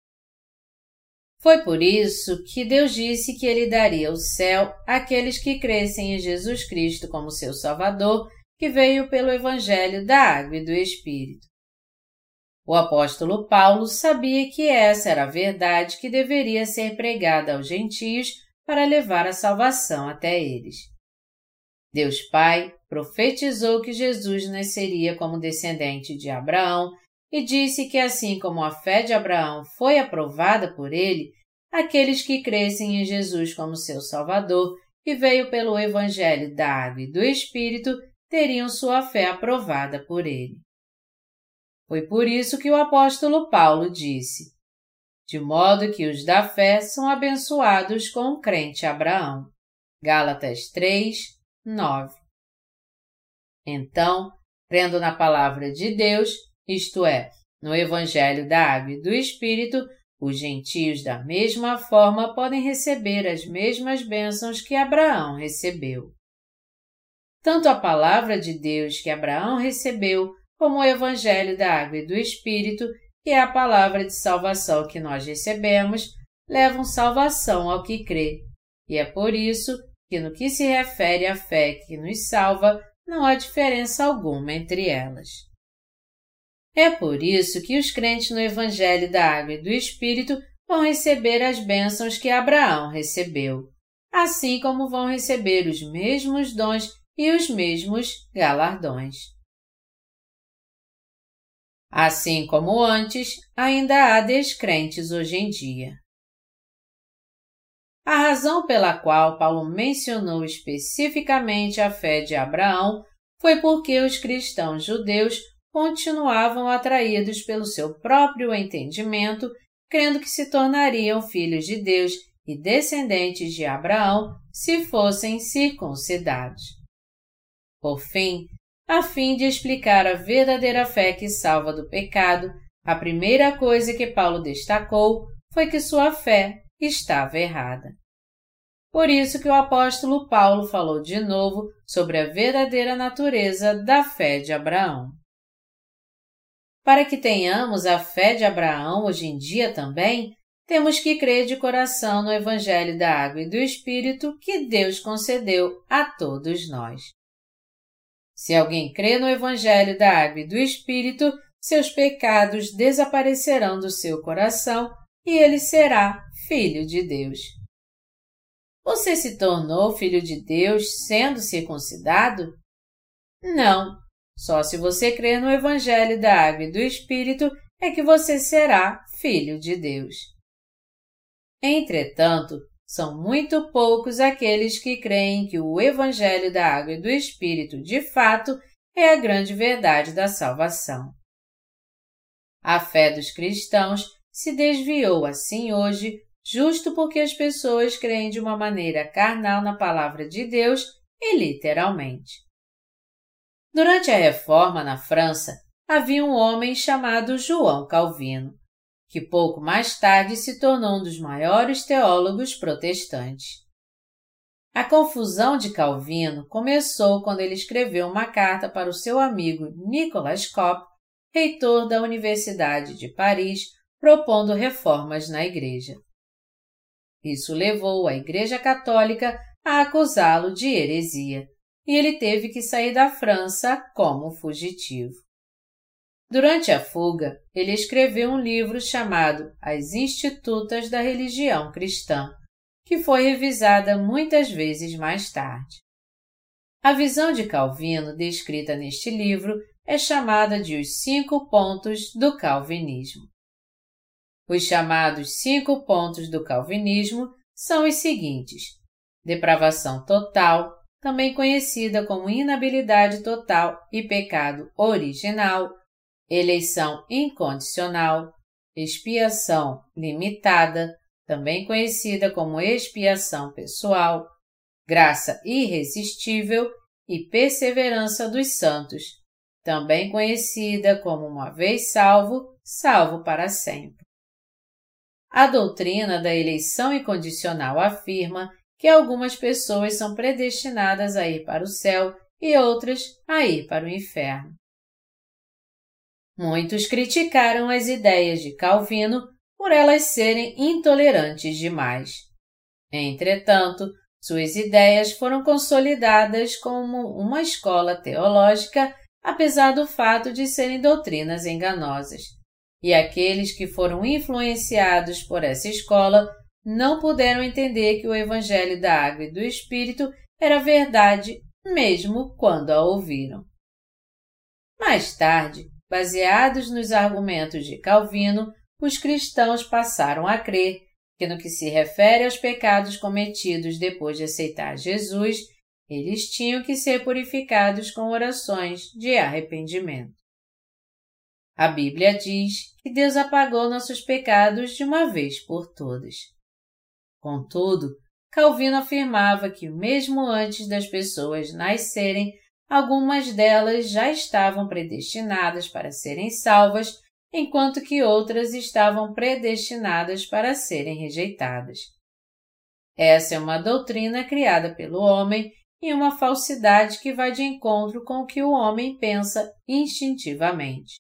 Foi por isso que Deus disse que Ele daria o céu àqueles que crescem em Jesus Cristo como seu Salvador, que veio pelo Evangelho da Água e do Espírito. O apóstolo Paulo sabia que essa era a verdade que deveria ser pregada aos gentios para levar a salvação até eles. Deus Pai profetizou que Jesus nasceria como descendente de Abraão e disse que assim como a fé de Abraão foi aprovada por ele, aqueles que crescem em Jesus como seu Salvador e veio pelo Evangelho da Água e do Espírito teriam sua fé aprovada por ele. Foi por isso que o apóstolo Paulo disse: "De modo que os da fé são abençoados com o crente Abraão." Gálatas 3, 9. Então, crendo na palavra de Deus, isto é, no Evangelho da Água e do Espírito, os gentios da mesma forma podem receber as mesmas bênçãos que Abraão recebeu. Tanto a palavra de Deus que Abraão recebeu, como o Evangelho da Água e do Espírito, que é a palavra de salvação que nós recebemos, levam salvação ao que crê. E é por isso que no que se refere à fé que nos salva, não há diferença alguma entre elas. É por isso que os crentes no Evangelho da Água e do Espírito vão receber as bênçãos que Abraão recebeu. assim como vão receber os mesmos dons e os mesmos galardões. Assim como antes, ainda há descrentes hoje em dia. A razão pela qual Paulo mencionou especificamente a fé de Abraão foi porque os cristãos judeus continuavam atraídos pelo seu próprio entendimento, crendo que se tornariam filhos de Deus e descendentes de Abraão se fossem circuncidados. Por fim, a fim de explicar a verdadeira fé que salva do pecado, a primeira coisa que Paulo destacou foi que sua fé estava errada. Por isso que o apóstolo Paulo falou de novo sobre a verdadeira natureza da fé de Abraão. Para que tenhamos a fé de Abraão hoje em dia também, temos que crer de coração no Evangelho da Água e do Espírito que Deus concedeu a todos nós. Se alguém crê no Evangelho da Água e do Espírito, seus pecados desaparecerão do seu coração e ele será filho de Deus. Você se tornou filho de Deus sendo circuncidado? Não. Só se você crer no Evangelho da Água e do Espírito é que você será filho de Deus. Entretanto, são muito poucos aqueles que creem que o Evangelho da Água e do Espírito, de fato, é a grande verdade da salvação. A fé dos cristãos se desviou assim hoje, justo porque as pessoas creem de uma maneira carnal na palavra de Deus e literalmente. Durante a Reforma na França, havia um homem chamado João Calvino, que pouco mais tarde se tornou um dos maiores teólogos protestantes. A confusão de Calvino começou quando ele escreveu uma carta para o seu amigo Nicolas Cop, reitor da Universidade de Paris, propondo reformas na Igreja. Isso levou a Igreja Católica a acusá-lo de heresia, e ele teve que sair da França como fugitivo. Durante a fuga, ele escreveu um livro chamado As Institutas da Religião Cristã, que foi revisada muitas vezes mais tarde. A visão de Calvino descrita neste livro é chamada de os 5 pontos do Calvinismo. Os chamados 5 pontos do Calvinismo são os seguintes: depravação total, também conhecida como inabilidade total e pecado original, eleição incondicional, expiação limitada, também conhecida como expiação pessoal, graça irresistível e perseverança dos santos, também conhecida como uma vez salvo, salvo para sempre. A doutrina da eleição incondicional afirma que algumas pessoas são predestinadas a ir para o céu e outras a ir para o inferno. Muitos criticaram as ideias de Calvino por elas serem intolerantes demais. Entretanto, suas ideias foram consolidadas como uma escola teológica, apesar do fato de serem doutrinas enganosas. E aqueles que foram influenciados por essa escola não puderam entender que o Evangelho da Água e do Espírito era verdade, mesmo quando a ouviram. Mais tarde, baseados nos argumentos de Calvino, os cristãos passaram a crer que, no que se refere aos pecados cometidos depois de aceitar Jesus, eles tinham que ser purificados com orações de arrependimento. A Bíblia diz que Deus apagou nossos pecados de uma vez por todas. Contudo, Calvino afirmava que mesmo antes das pessoas nascerem, algumas delas já estavam predestinadas para serem salvas, enquanto que outras estavam predestinadas para serem rejeitadas. Essa é uma doutrina criada pelo homem e uma falsidade que vai de encontro com o que o homem pensa instintivamente.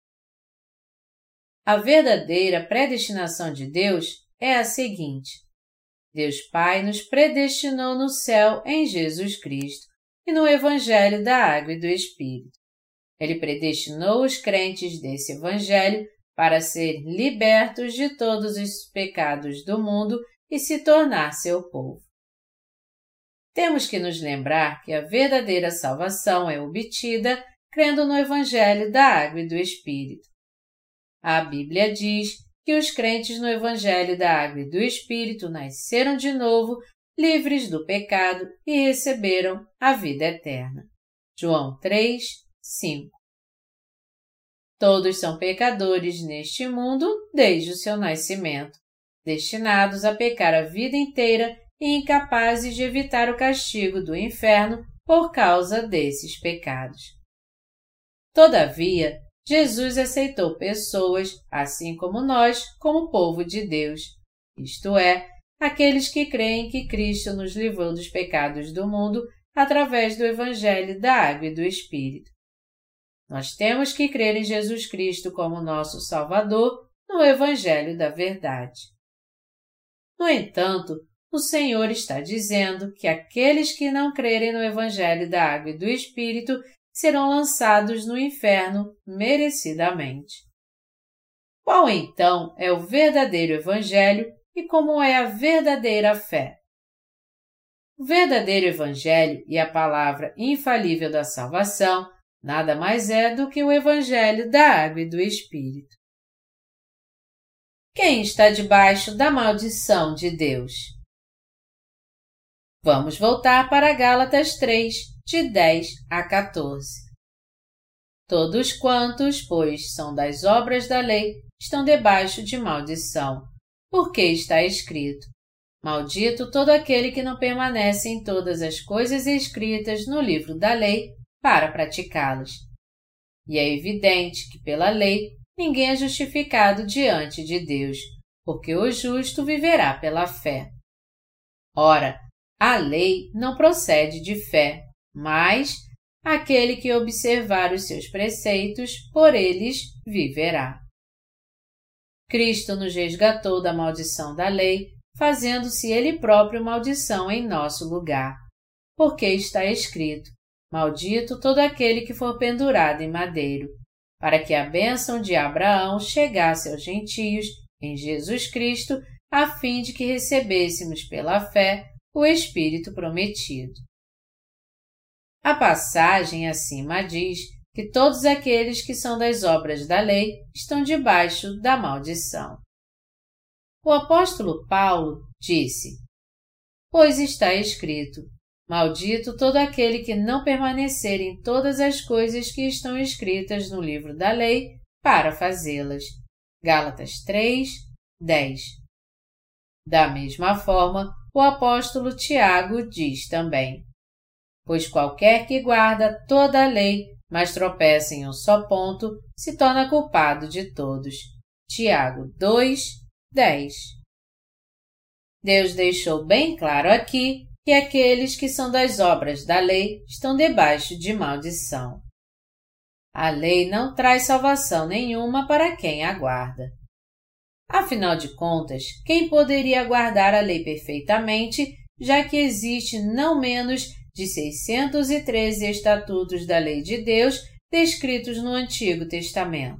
A verdadeira predestinação de Deus é a seguinte: Deus Pai nos predestinou no céu em Jesus Cristo e no Evangelho da Água e do Espírito. Ele predestinou os crentes desse Evangelho para ser libertos de todos os pecados do mundo e se tornar seu povo. Temos que nos lembrar que a verdadeira salvação é obtida crendo no Evangelho da Água e do Espírito. A Bíblia diz que os crentes no Evangelho da Água e do Espírito nasceram de novo, livres do pecado e receberam a vida eterna. João 3, 5. Todos são pecadores neste mundo desde o seu nascimento, destinados a pecar a vida inteira e incapazes de evitar o castigo do inferno por causa desses pecados. Todavia, Jesus aceitou pessoas, assim como nós, como povo de Deus, isto é, aqueles que creem que Cristo nos livrou dos pecados do mundo através do Evangelho da Água e do Espírito. Nós temos que crer em Jesus Cristo como nosso Salvador no Evangelho da Verdade. No entanto, o Senhor está dizendo que aqueles que não crerem no Evangelho da Água e do Espírito serão lançados no inferno merecidamente. Qual então é o verdadeiro Evangelho e como é a verdadeira fé? O verdadeiro Evangelho e a palavra infalível da salvação nada mais é do que o Evangelho da Água e do Espírito. Quem está debaixo da maldição de Deus? Vamos voltar para Gálatas 3, de 10 a 14. Todos quantos, pois, são das obras da lei, estão debaixo de maldição, porque está escrito: Maldito todo aquele que não permanece em todas as coisas escritas no livro da lei para praticá-las. E é evidente que pela lei ninguém é justificado diante de Deus, porque o justo viverá pela fé. Ora, a lei não procede de fé, mas aquele que observar os seus preceitos, por eles viverá. Cristo nos resgatou da maldição da lei, fazendo-se Ele próprio maldição em nosso lugar, porque está escrito: Maldito todo aquele que for pendurado em madeiro, para que a bênção de Abraão chegasse aos gentios em Jesus Cristo, a fim de que recebêssemos pela fé o Espírito prometido. A passagem acima diz que todos aqueles que são das obras da lei estão debaixo da maldição. O apóstolo Paulo disse: Pois está escrito: Maldito todo aquele que não permanecer em todas as coisas que estão escritas no livro da lei para fazê-las. Gálatas 3, 10. Da mesma forma, o apóstolo Tiago diz também: Pois qualquer que guarda toda a lei, mas tropeça em um só ponto, se torna culpado de todos. Tiago 2, 10. Deus deixou bem claro aqui que aqueles que são das obras da lei estão debaixo de maldição. A lei não traz salvação nenhuma para quem a guarda. Afinal de contas, quem poderia guardar a lei perfeitamente, já que existe não menos de 613 estatutos da lei de Deus descritos no Antigo Testamento?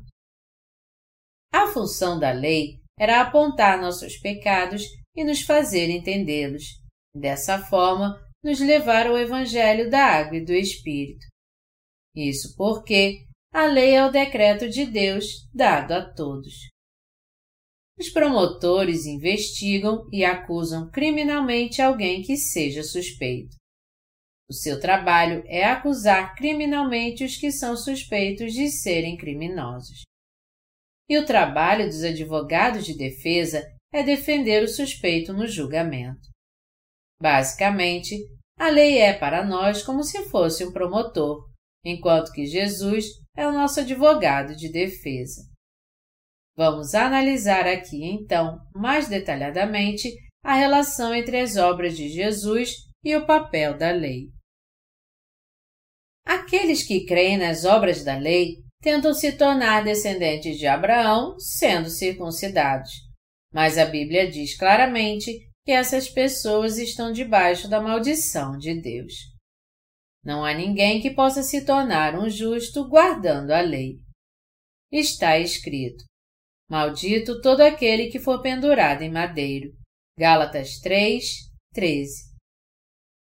A função da lei era apontar nossos pecados e nos fazer entendê-los. Dessa forma, nos levar ao Evangelho da Água e do Espírito. Isso porque a lei é o decreto de Deus dado a todos. Os promotores investigam e acusam criminalmente alguém que seja suspeito. O seu trabalho é acusar criminalmente os que são suspeitos de serem criminosos. E o trabalho dos advogados de defesa é defender o suspeito no julgamento. Basicamente, a lei é para nós como se fosse um promotor, enquanto que Jesus é o nosso advogado de defesa. Vamos analisar aqui, então, mais detalhadamente, a relação entre as obras de Jesus e o papel da lei. Aqueles que creem nas obras da lei tentam se tornar descendentes de Abraão sendo circuncidados, mas a Bíblia diz claramente que essas pessoas estão debaixo da maldição de Deus. Não há ninguém que possa se tornar um justo guardando a lei. Está escrito: Maldito todo aquele que for pendurado em madeiro. Gálatas 3, 13.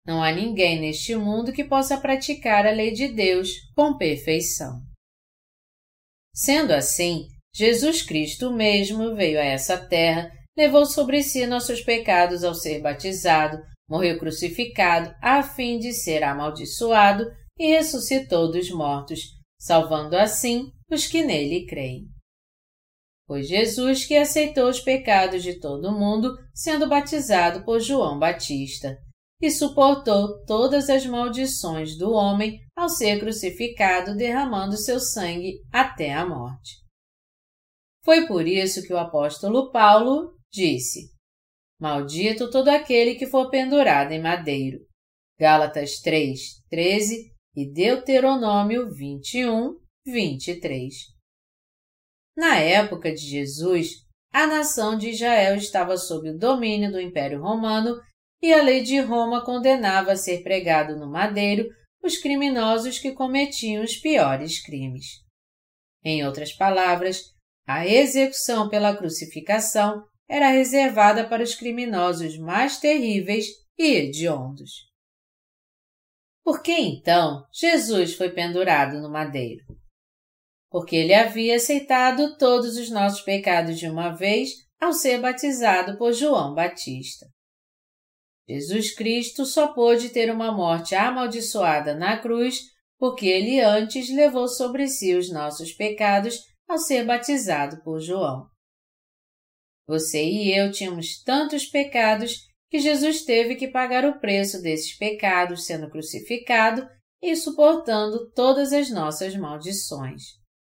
Não há ninguém neste mundo que possa praticar a lei de Deus com perfeição. Sendo assim, Jesus Cristo mesmo veio a essa terra, levou sobre si nossos pecados ao ser batizado, morreu crucificado a fim de ser amaldiçoado e ressuscitou dos mortos, salvando assim os que nele creem. Foi Jesus que aceitou os pecados de todo o mundo, sendo batizado por João Batista, e suportou todas as maldições do homem ao ser crucificado, derramando seu sangue até a morte. Foi por isso que o apóstolo Paulo disse: Maldito todo aquele que for pendurado em madeiro. Gálatas 3:13 e Deuteronômio 21:23. Na época de Jesus, a nação de Israel estava sob o domínio do Império Romano e a lei de Roma condenava a ser pregado no madeiro os criminosos que cometiam os piores crimes. Em outras palavras, a execução pela crucificação era reservada para os criminosos mais terríveis e hediondos. Por que então Jesus foi pendurado no madeiro? Porque ele havia aceitado todos os nossos pecados de uma vez ao ser batizado por João Batista. Jesus Cristo só pôde ter uma morte amaldiçoada na cruz porque ele antes levou sobre si os nossos pecados ao ser batizado por João. Você e eu tínhamos tantos pecados que Jesus teve que pagar o preço desses pecados sendo crucificado e suportando todas as nossas maldições.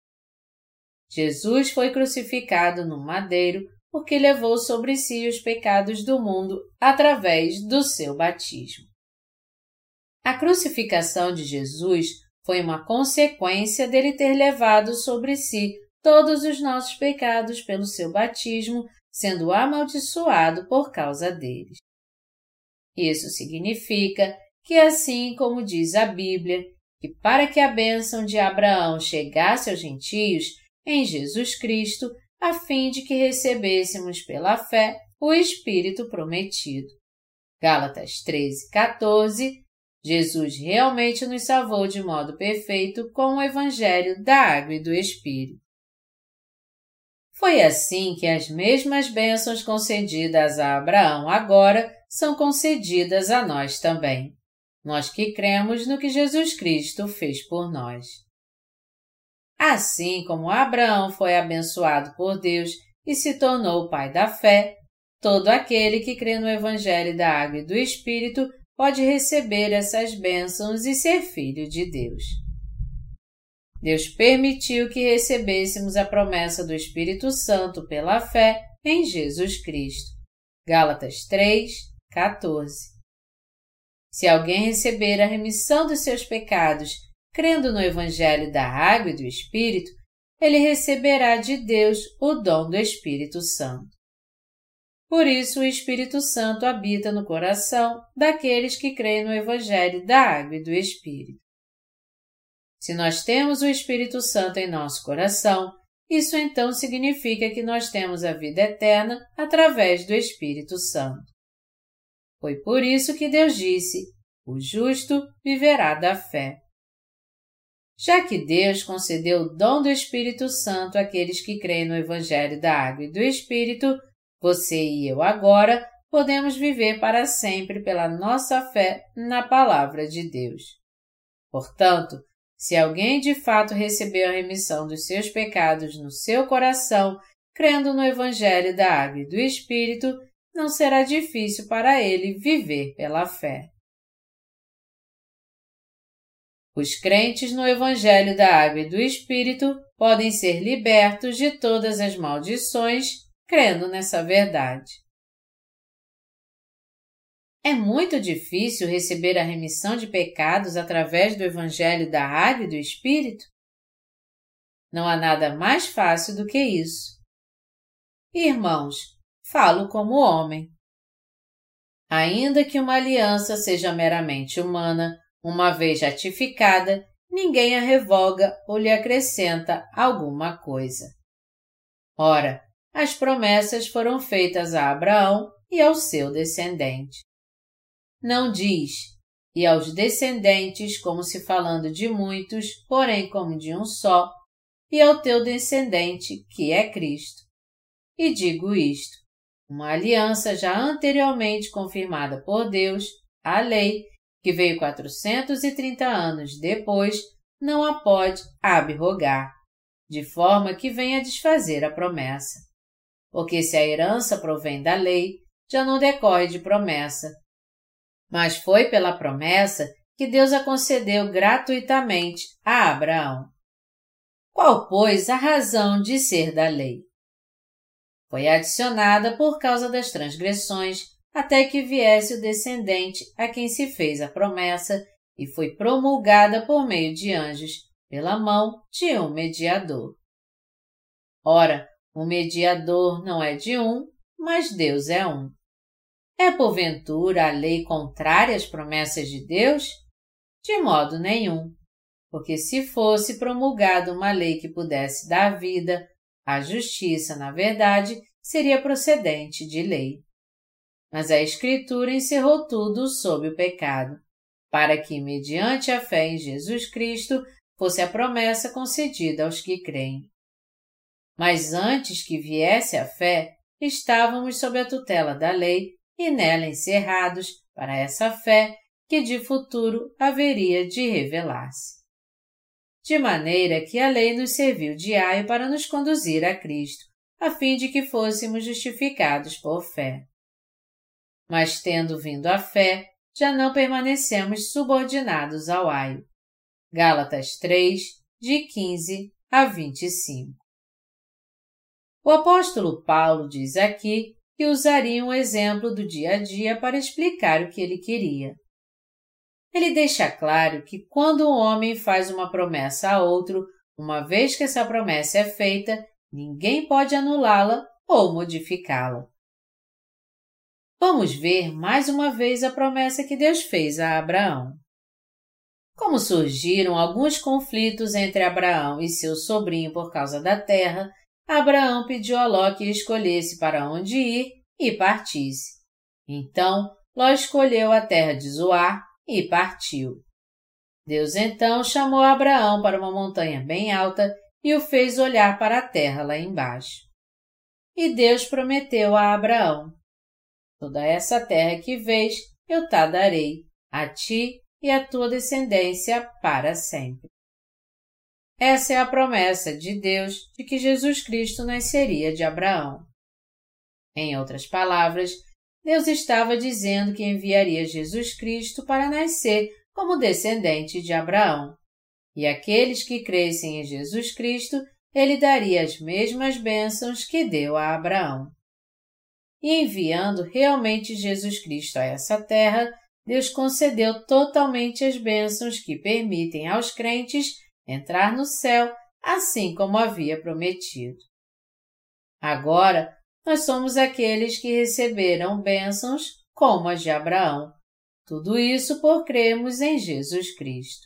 Jesus foi crucificado no madeiro porque levou sobre si os pecados do mundo através do seu batismo. A crucificação de Jesus foi uma consequência dele ter levado sobre si todos os nossos pecados pelo seu batismo, sendo amaldiçoado por causa deles. Isso significa que, assim como diz a Bíblia, que para que a bênção de Abraão chegasse aos gentios, em Jesus Cristo, a fim de que recebêssemos pela fé o Espírito prometido. Gálatas 13:14, Jesus realmente nos salvou de modo perfeito com o Evangelho da Água e do Espírito. Foi assim que as mesmas bênçãos concedidas a Abraão agora são concedidas a nós também, nós que cremos no que Jesus Cristo fez por nós. Assim como Abraão foi abençoado por Deus e se tornou o pai da fé, todo aquele que crê no Evangelho da Água e do Espírito pode receber essas bênçãos e ser filho de Deus. Deus permitiu que recebêssemos a promessa do Espírito Santo pela fé em Jesus Cristo. Gálatas 3:14. Se alguém receber a remissão dos seus pecados crendo no Evangelho da Água e do Espírito, ele receberá de Deus o dom do Espírito Santo. Por isso, o Espírito Santo habita no coração daqueles que creem no Evangelho da Água e do Espírito. Se nós temos o Espírito Santo em nosso coração, isso então significa que nós temos a vida eterna através do Espírito Santo. Foi por isso que Deus disse: o justo viverá da fé. Já que Deus concedeu o dom do Espírito Santo àqueles que creem no Evangelho da Água e do Espírito, você e eu agora podemos viver para sempre pela nossa fé na Palavra de Deus. Portanto, se alguém de fato recebeu a remissão dos seus pecados no seu coração, crendo no Evangelho da Água e do Espírito, não será difícil para ele viver pela fé. Os crentes no Evangelho da Água e do Espírito podem ser libertos de todas as maldições, crendo nessa verdade. É muito difícil receber a remissão de pecados através do Evangelho da Água e do Espírito? Não há nada mais fácil do que isso. Irmãos, falo como homem. Ainda que uma aliança seja meramente humana, uma vez ratificada, ninguém a revoga ou lhe acrescenta alguma coisa. Ora, as promessas foram feitas a Abraão e ao seu descendente. Não diz, e aos descendentes como se falando de muitos, porém como de um só, e ao teu descendente, que é Cristo. E digo isto, uma aliança já anteriormente confirmada por Deus, a lei, que veio 430 anos depois, não a pode abrogar, de forma que venha desfazer a promessa. Porque se a herança provém da lei, já não decorre de promessa. Mas foi pela promessa que Deus a concedeu gratuitamente a Abraão. Qual, pois, a razão de ser da lei? Foi adicionada por causa das transgressões, até que viesse o descendente a quem se fez a promessa, e foi promulgada por meio de anjos, pela mão de um mediador. Ora, o mediador não é de um, mas Deus é um. É porventura a lei contrária às promessas de Deus? De modo nenhum, porque se fosse promulgada uma lei que pudesse dar vida, a justiça, na verdade, seria procedente de lei. Mas a Escritura encerrou tudo sob o pecado, para que, mediante a fé em Jesus Cristo, fosse a promessa concedida aos que creem. Mas antes que viesse a fé, estávamos sob a tutela da lei e nela encerrados para essa fé que de futuro haveria de revelar-se. De maneira que a lei nos serviu de aio para nos conduzir a Cristo, a fim de que fôssemos justificados por fé. Mas tendo vindo a fé, já não permanecemos subordinados ao aio. Gálatas 3, de 15 a 25. O apóstolo Paulo diz aqui que usaria um exemplo do dia a dia para explicar o que ele queria. Ele deixa claro que quando um homem faz uma promessa a outro, uma vez que essa promessa é feita, ninguém pode anulá-la ou modificá-la. Vamos ver mais uma vez a promessa que Deus fez a Abraão. Como surgiram alguns conflitos entre Abraão e seu sobrinho por causa da terra, Abraão pediu a Ló que escolhesse para onde ir e partisse. Então, Ló escolheu a terra de Zoar e partiu. Deus então chamou Abraão para uma montanha bem alta e o fez olhar para a terra lá embaixo. E Deus prometeu a Abraão: toda essa terra que vês, eu te darei, a ti e à tua descendência para sempre. Essa é a promessa de Deus de que Jesus Cristo nasceria de Abraão. Em outras palavras, Deus estava dizendo que enviaria Jesus Cristo para nascer como descendente de Abraão, e aqueles que crescem em Jesus Cristo, ele daria as mesmas bênçãos que deu a Abraão. E enviando realmente Jesus Cristo a essa terra, Deus concedeu totalmente as bênçãos que permitem aos crentes entrar no céu, assim como havia prometido. Agora, nós somos aqueles que receberam bênçãos como as de Abraão. Tudo isso por crermos em Jesus Cristo.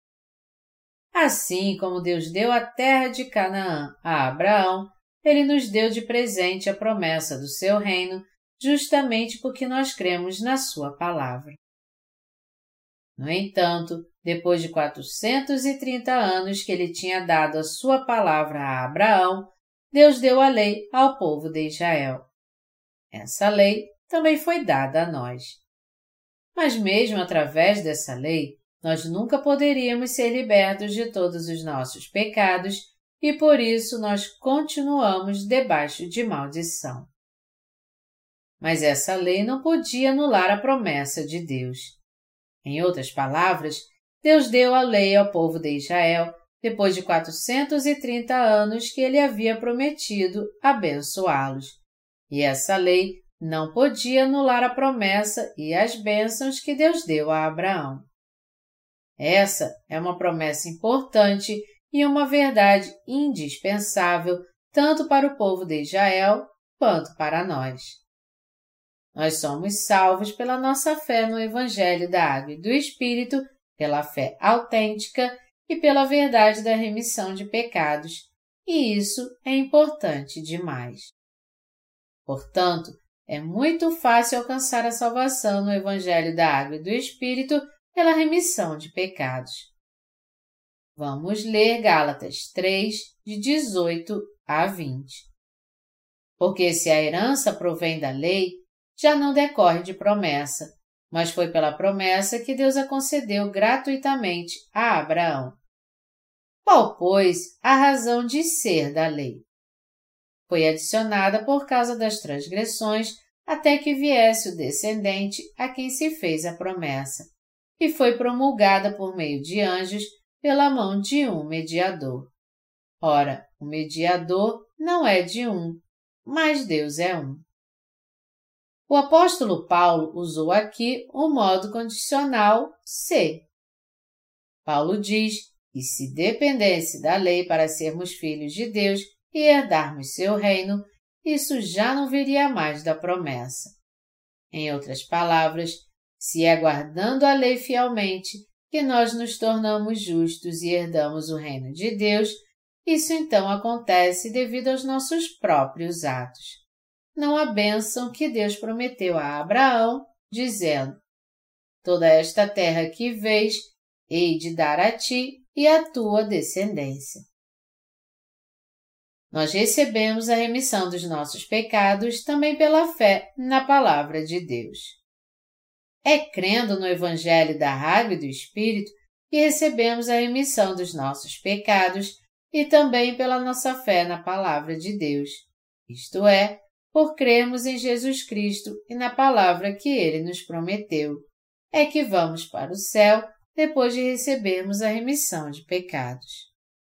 Assim como Deus deu a terra de Canaã a Abraão, Ele nos deu de presente a promessa do seu reino, justamente porque nós cremos na sua palavra. No entanto, depois de 430 anos que ele tinha dado a sua palavra a Abraão, Deus deu a lei ao povo de Israel. Essa lei também foi dada a nós. Mas mesmo através dessa lei, nós nunca poderíamos ser libertos de todos os nossos pecados e por isso nós continuamos debaixo de maldição. Mas essa lei não podia anular a promessa de Deus. Em outras palavras, Deus deu a lei ao povo de Israel depois de 430 anos que ele havia prometido abençoá-los. E essa lei não podia anular a promessa e as bênçãos que Deus deu a Abraão. Essa é uma promessa importante e uma verdade indispensável tanto para o povo de Israel quanto para nós. Nós somos salvos pela nossa fé no Evangelho da Água e do Espírito, pela fé autêntica e pela verdade da remissão de pecados, e isso é importante demais. Portanto, é muito fácil alcançar a salvação no Evangelho da Água e do Espírito pela remissão de pecados. Vamos ler Gálatas 3, de 18 a 20. Porque se a herança provém da lei, já não decorre de promessa, mas foi pela promessa que Deus a concedeu gratuitamente a Abraão. Qual, pois, a razão de ser da lei? Foi adicionada por causa das transgressões até que viesse o descendente a quem se fez a promessa, e foi promulgada por meio de anjos pela mão de um mediador. Ora, o mediador não é de um, mas Deus é um. O apóstolo Paulo usou aqui o modo condicional se. Paulo diz que se dependesse da lei para sermos filhos de Deus e herdarmos seu reino, isso já não viria mais da promessa. Em outras palavras, se é guardando a lei fielmente que nós nos tornamos justos e herdamos o reino de Deus, isso então acontece devido aos nossos próprios atos. Não a bênção que Deus prometeu a Abraão, dizendo: toda esta terra que vês, hei de dar a ti e à tua descendência. Nós recebemos a remissão dos nossos pecados também pela fé na Palavra de Deus. É crendo no Evangelho da Água e do Espírito que recebemos a remissão dos nossos pecados e também pela nossa fé na Palavra de Deus, isto é, por crermos em Jesus Cristo e na Palavra que Ele nos prometeu, é que vamos para o céu depois de recebermos a remissão de pecados.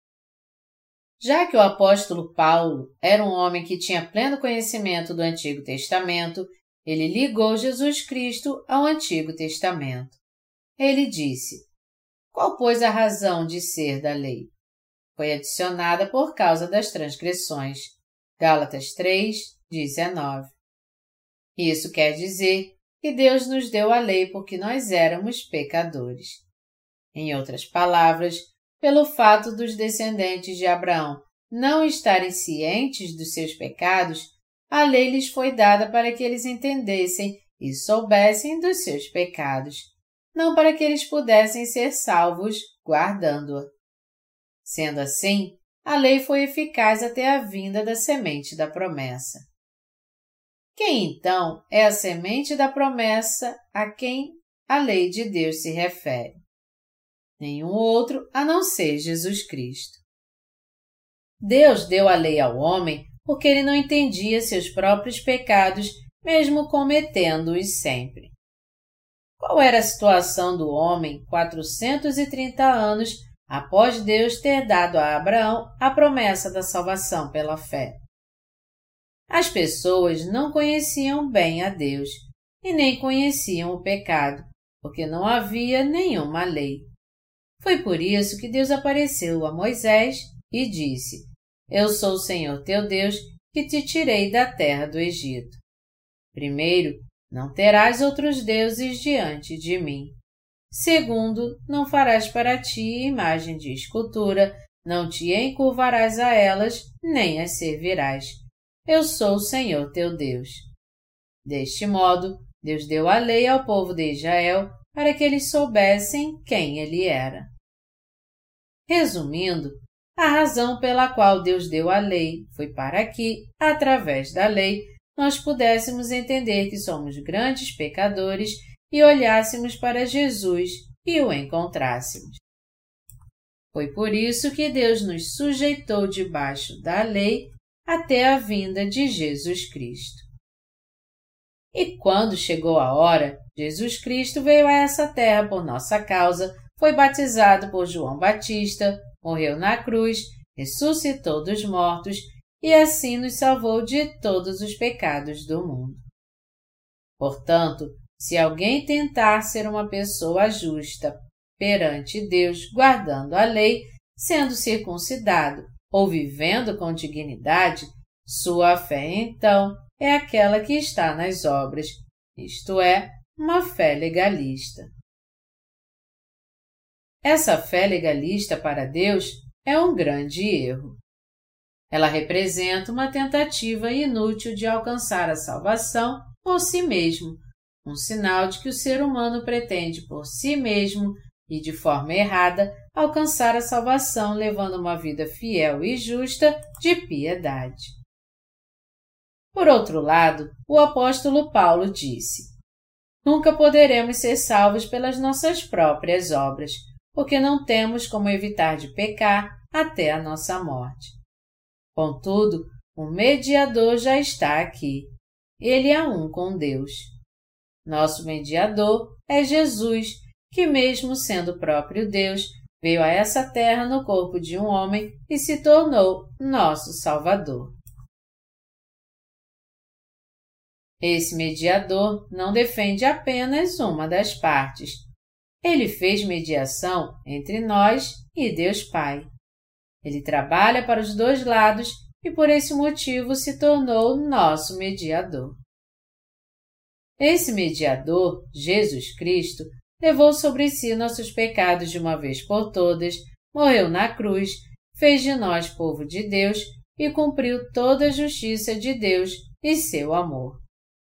Já que o apóstolo Paulo era um homem que tinha pleno conhecimento do Antigo Testamento, ele ligou Jesus Cristo ao Antigo Testamento. Ele disse: qual, pois, a razão de ser da lei? Foi adicionada por causa das transgressões. Gálatas 3, 19. Isso quer dizer que Deus nos deu a lei porque nós éramos pecadores. Em outras palavras, pelo fato dos descendentes de Abraão não estarem cientes dos seus pecados, a lei lhes foi dada para que eles entendessem e soubessem dos seus pecados, não para que eles pudessem ser salvos guardando-a. Sendo assim, a lei foi eficaz até a vinda da semente da promessa. Quem, então, é a semente da promessa a quem a lei de Deus se refere? Nenhum outro a não ser Jesus Cristo. Deus deu a lei ao homem porque ele não entendia seus próprios pecados, mesmo cometendo-os sempre. Qual era a situação do homem 430 anos após Deus ter dado a Abraão a promessa da salvação pela fé? As pessoas não conheciam bem a Deus e nem conheciam o pecado, porque não havia nenhuma lei. Foi por isso que Deus apareceu a Moisés e disse: eu sou o Senhor teu Deus, que te tirei da terra do Egito. Primeiro, não terás outros deuses diante de mim. Segundo, não farás para ti imagem de escultura, não te encurvarás a elas, nem as servirás. Eu sou o Senhor teu Deus. Deste modo, Deus deu a lei ao povo de Israel para que eles soubessem quem ele era. Resumindo, a razão pela qual Deus deu a lei foi para que, através da lei, nós pudéssemos entender que somos grandes pecadores e olhássemos para Jesus e o encontrássemos. Foi por isso que Deus nos sujeitou debaixo da lei até a vinda de Jesus Cristo. E quando chegou a hora, Jesus Cristo veio a essa terra por nossa causa, foi batizado por João Batista, morreu na cruz, ressuscitou dos mortos e assim nos salvou de todos os pecados do mundo. Portanto, se alguém tentar ser uma pessoa justa perante Deus, guardando a lei, sendo circuncidado ou vivendo com dignidade, sua fé, então, é aquela que está nas obras, isto é, uma fé legalista. Essa fé legalista para Deus é um grande erro. Ela representa uma tentativa inútil de alcançar a salvação por si mesmo, um sinal de que o ser humano pretende por si mesmo e de forma errada alcançar a salvação levando uma vida fiel e justa de piedade. Por outro lado, o apóstolo Paulo disse: Nunca poderemos ser salvos pelas nossas próprias obras, porque não temos como evitar de pecar até a nossa morte. Contudo, o mediador já está aqui. Ele é um com Deus. Nosso mediador é Jesus, que mesmo sendo próprio Deus, veio a essa terra no corpo de um homem e se tornou nosso Salvador. Esse mediador não defende apenas uma das partes. Ele fez mediação entre nós e Deus Pai. Ele trabalha para os dois lados e por esse motivo se tornou nosso mediador. Esse mediador, Jesus Cristo, levou sobre si nossos pecados de uma vez por todas, morreu na cruz, fez de nós povo de Deus e cumpriu toda a justiça de Deus e seu amor.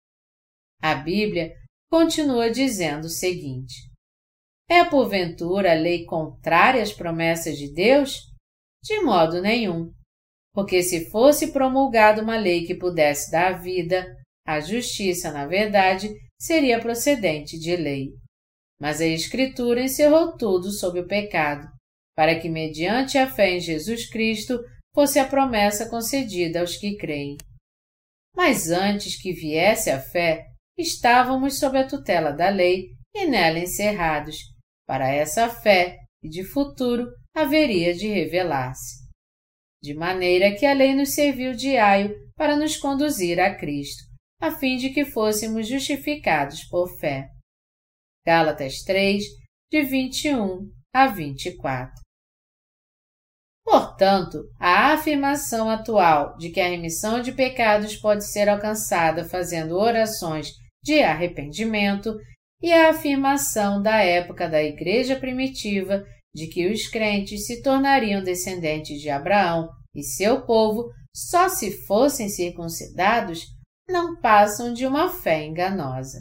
A Bíblia continua dizendo o seguinte: É porventura a lei contrária às promessas de Deus? De modo nenhum. Porque se fosse promulgada uma lei que pudesse dar vida, a justiça, na verdade, seria procedente de lei. Mas a Escritura encerrou tudo sob o pecado, para que, mediante a fé em Jesus Cristo, fosse a promessa concedida aos que creem. Mas antes que viesse a fé, estávamos sob a tutela da lei e nela encerrados, para essa fé, e de futuro haveria de revelar-se. De maneira que a lei nos serviu de aio para nos conduzir a Cristo, a fim de que fôssemos justificados por fé. Gálatas 3, de 21 a 24. Portanto, a afirmação atual de que a remissão de pecados pode ser alcançada fazendo orações de arrependimento e a afirmação da época da Igreja primitiva de que os crentes se tornariam descendentes de Abraão e seu povo só se fossem circuncidados, não passam de uma fé enganosa.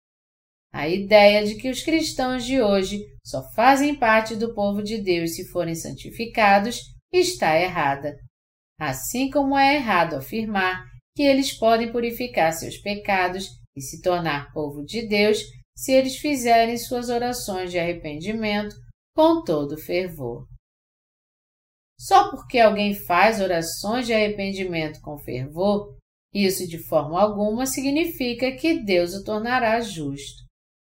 A ideia de que os cristãos de hoje só fazem parte do povo de Deus se forem santificados está errada, assim como é errado afirmar que eles podem purificar seus pecados e se tornar povo de Deus se eles fizerem suas orações de arrependimento com todo fervor. Só porque alguém faz orações de arrependimento com fervor, isso de forma alguma significa que Deus o tornará justo.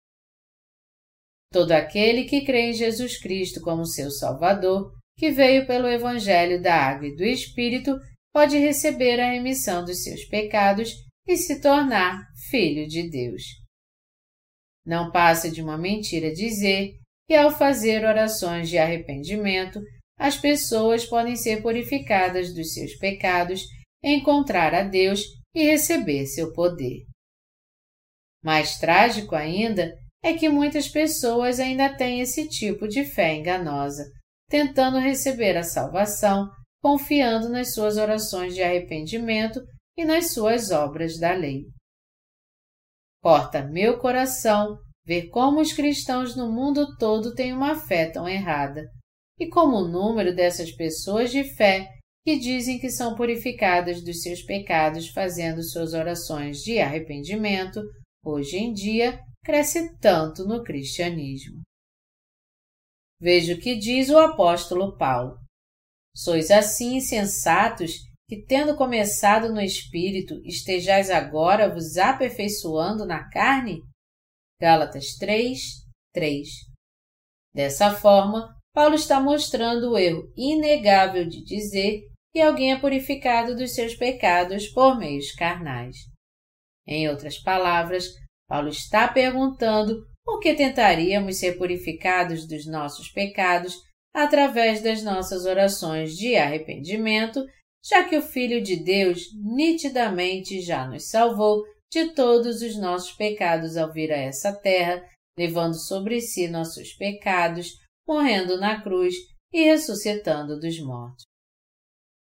Todo aquele que crê em Jesus Cristo como seu Salvador, que veio pelo Evangelho da Água e do Espírito, pode receber a remissão dos seus pecados e se tornar filho de Deus. Não passa de uma mentira dizer que, ao fazer orações de arrependimento, as pessoas podem ser purificadas dos seus pecados, encontrar a Deus e receber seu poder. Mais trágico ainda é que muitas pessoas ainda têm esse tipo de fé enganosa, tentando receber a salvação, confiando nas suas orações de arrependimento e nas suas obras da lei. Corta meu coração ver como os cristãos no mundo todo têm uma fé tão errada, e como o número dessas pessoas de fé que dizem que são purificadas dos seus pecados fazendo suas orações de arrependimento, hoje em dia, cresce tanto no cristianismo. Veja o que diz o apóstolo Paulo. Sois assim insensatos que, tendo começado no Espírito, estejais agora vos aperfeiçoando na carne? Gálatas 3, 3. Dessa forma, Paulo está mostrando o erro inegável de dizer que alguém é purificado dos seus pecados por meios carnais. Em outras palavras, Paulo está perguntando por que tentaríamos ser purificados dos nossos pecados através das nossas orações de arrependimento, já que o Filho de Deus nitidamente já nos salvou de todos os nossos pecados ao vir a essa terra, levando sobre si nossos pecados, morrendo na cruz e ressuscitando dos mortos.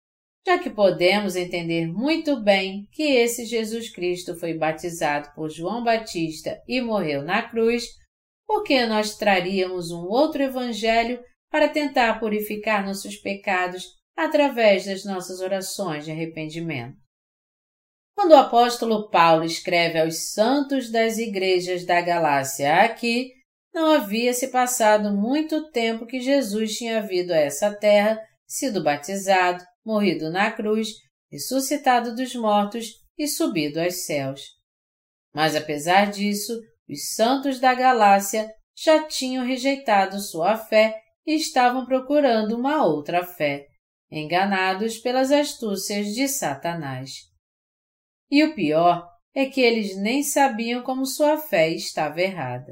já que podemos entender muito bem que esse Jesus Cristo foi batizado por João Batista e morreu na cruz, por que nós traríamos um outro evangelho para tentar purificar nossos pecados através das nossas orações de arrependimento? Quando o apóstolo Paulo escreve aos santos das igrejas da Galácia aqui, não havia se passado muito tempo que Jesus tinha vindo a essa terra, sido batizado, morrido na cruz, ressuscitado dos mortos e subido aos céus. Mas apesar disso, os santos da Galácia já tinham rejeitado sua fé e estavam procurando uma outra fé, enganados pelas astúcias de Satanás. E o pior é que eles nem sabiam como sua fé estava errada.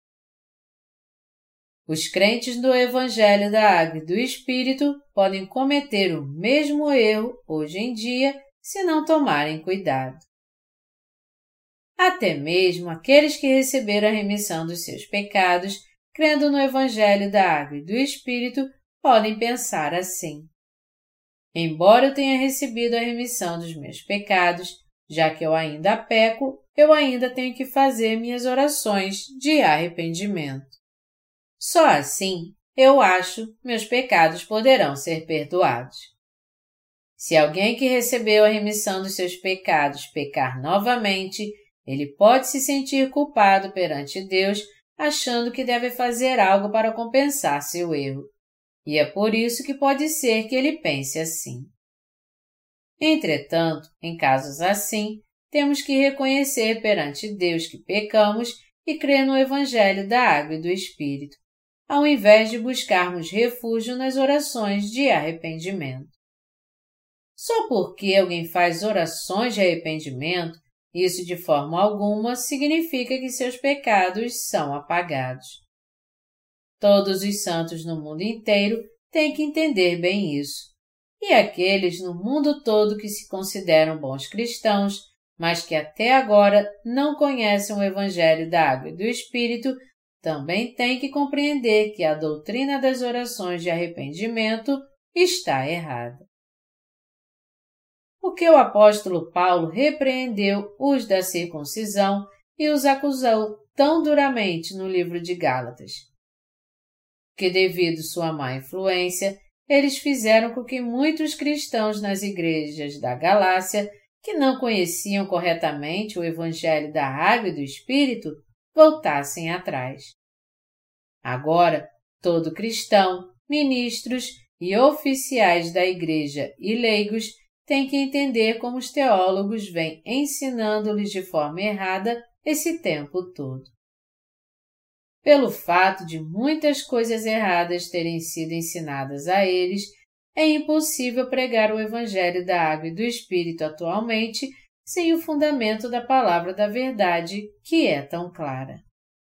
Os crentes do Evangelho da Água e do Espírito podem cometer o mesmo erro hoje em dia se não tomarem cuidado. Até mesmo aqueles que receberam a remissão dos seus pecados, crendo no Evangelho da Água e do Espírito, podem pensar assim: embora eu tenha recebido a remissão dos meus pecados, já que eu ainda peco, eu ainda tenho que fazer minhas orações de arrependimento. Só assim, eu acho, meus pecados poderão ser perdoados. Se alguém que recebeu a remissão dos seus pecados pecar novamente, ele pode se sentir culpado perante Deus, achando que deve fazer algo para compensar seu erro. E é por isso que pode ser que ele pense assim. Entretanto, em casos assim, temos que reconhecer perante Deus que pecamos e crer no Evangelho da Água e do Espírito, ao invés de buscarmos refúgio nas orações de arrependimento. Só porque alguém faz orações de arrependimento, isso de forma alguma significa que seus pecados são apagados. Todos os santos no mundo inteiro têm que entender bem isso. E aqueles no mundo todo que se consideram bons cristãos, mas que até agora não conhecem o Evangelho da Água e do Espírito, também têm que compreender que a doutrina das orações de arrependimento está errada. Porque o apóstolo Paulo repreendeu os da circuncisão e os acusou tão duramente no livro de Gálatas? Que devido sua má influência, eles fizeram com que muitos cristãos nas igrejas da Galácia, que não conheciam corretamente o Evangelho da Água e do Espírito, voltassem atrás. Agora, todo cristão, ministros e oficiais da igreja e leigos têm que entender como os teólogos vêm ensinando-lhes de forma errada esse tempo todo. Pelo fato de muitas coisas erradas terem sido ensinadas a eles, é impossível pregar o Evangelho da Água e do Espírito atualmente sem o fundamento da palavra da verdade, que é tão clara.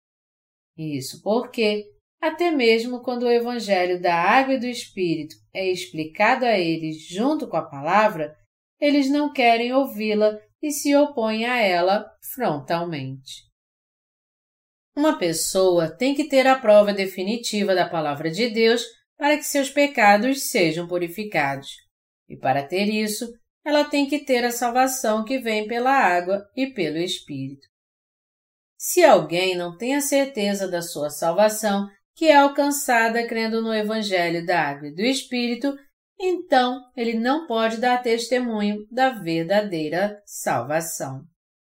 Isso porque, até mesmo quando o Evangelho da Água e do Espírito é explicado a eles junto com a palavra, eles não querem ouvi-la e se opõem a ela frontalmente. Uma pessoa tem que ter a prova definitiva da palavra de Deus para que seus pecados sejam purificados. E para ter isso, ela tem que ter a salvação que vem pela água e pelo Espírito. Se alguém não tem a certeza da sua salvação, que é alcançada crendo no Evangelho da Água e do Espírito, então ele não pode dar testemunho da verdadeira salvação.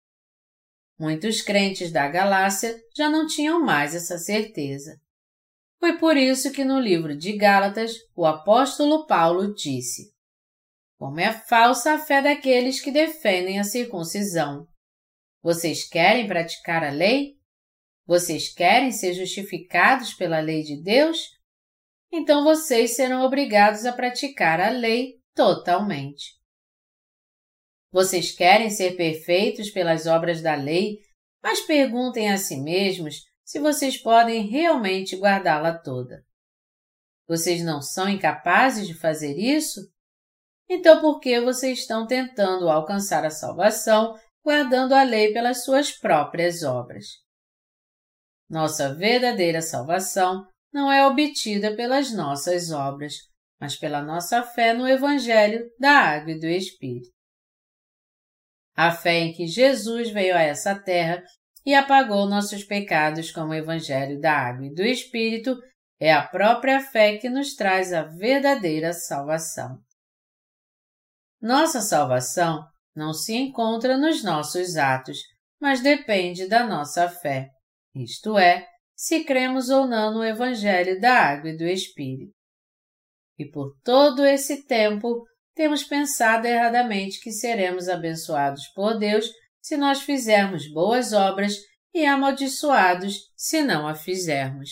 Muitos crentes da Galácia já não tinham mais essa certeza. Foi por isso que no livro de Gálatas, o apóstolo Paulo disse: como é falsa a fé daqueles que defendem a circuncisão. Vocês querem praticar a lei? Vocês querem ser justificados pela lei de Deus? Então vocês serão obrigados a praticar a lei totalmente. Vocês querem ser perfeitos pelas obras da lei, mas perguntem a si mesmos se vocês podem realmente guardá-la toda. Vocês não são incapazes de fazer isso? Então por que vocês estão tentando alcançar a salvação guardando a lei pelas suas próprias obras? Nossa verdadeira salvação não é obtida pelas nossas obras, mas pela nossa fé no Evangelho da Água e do Espírito. A fé em que Jesus veio a essa terra e apagou nossos pecados com o Evangelho da Água e do Espírito é a própria fé que nos traz a verdadeira salvação. Nossa salvação não se encontra nos nossos atos, mas depende da nossa fé, isto é, se cremos ou não no Evangelho da Água e do Espírito. E por todo esse tempo, temos pensado erradamente que seremos abençoados por Deus se nós fizermos boas obras e amaldiçoados se não a fizermos.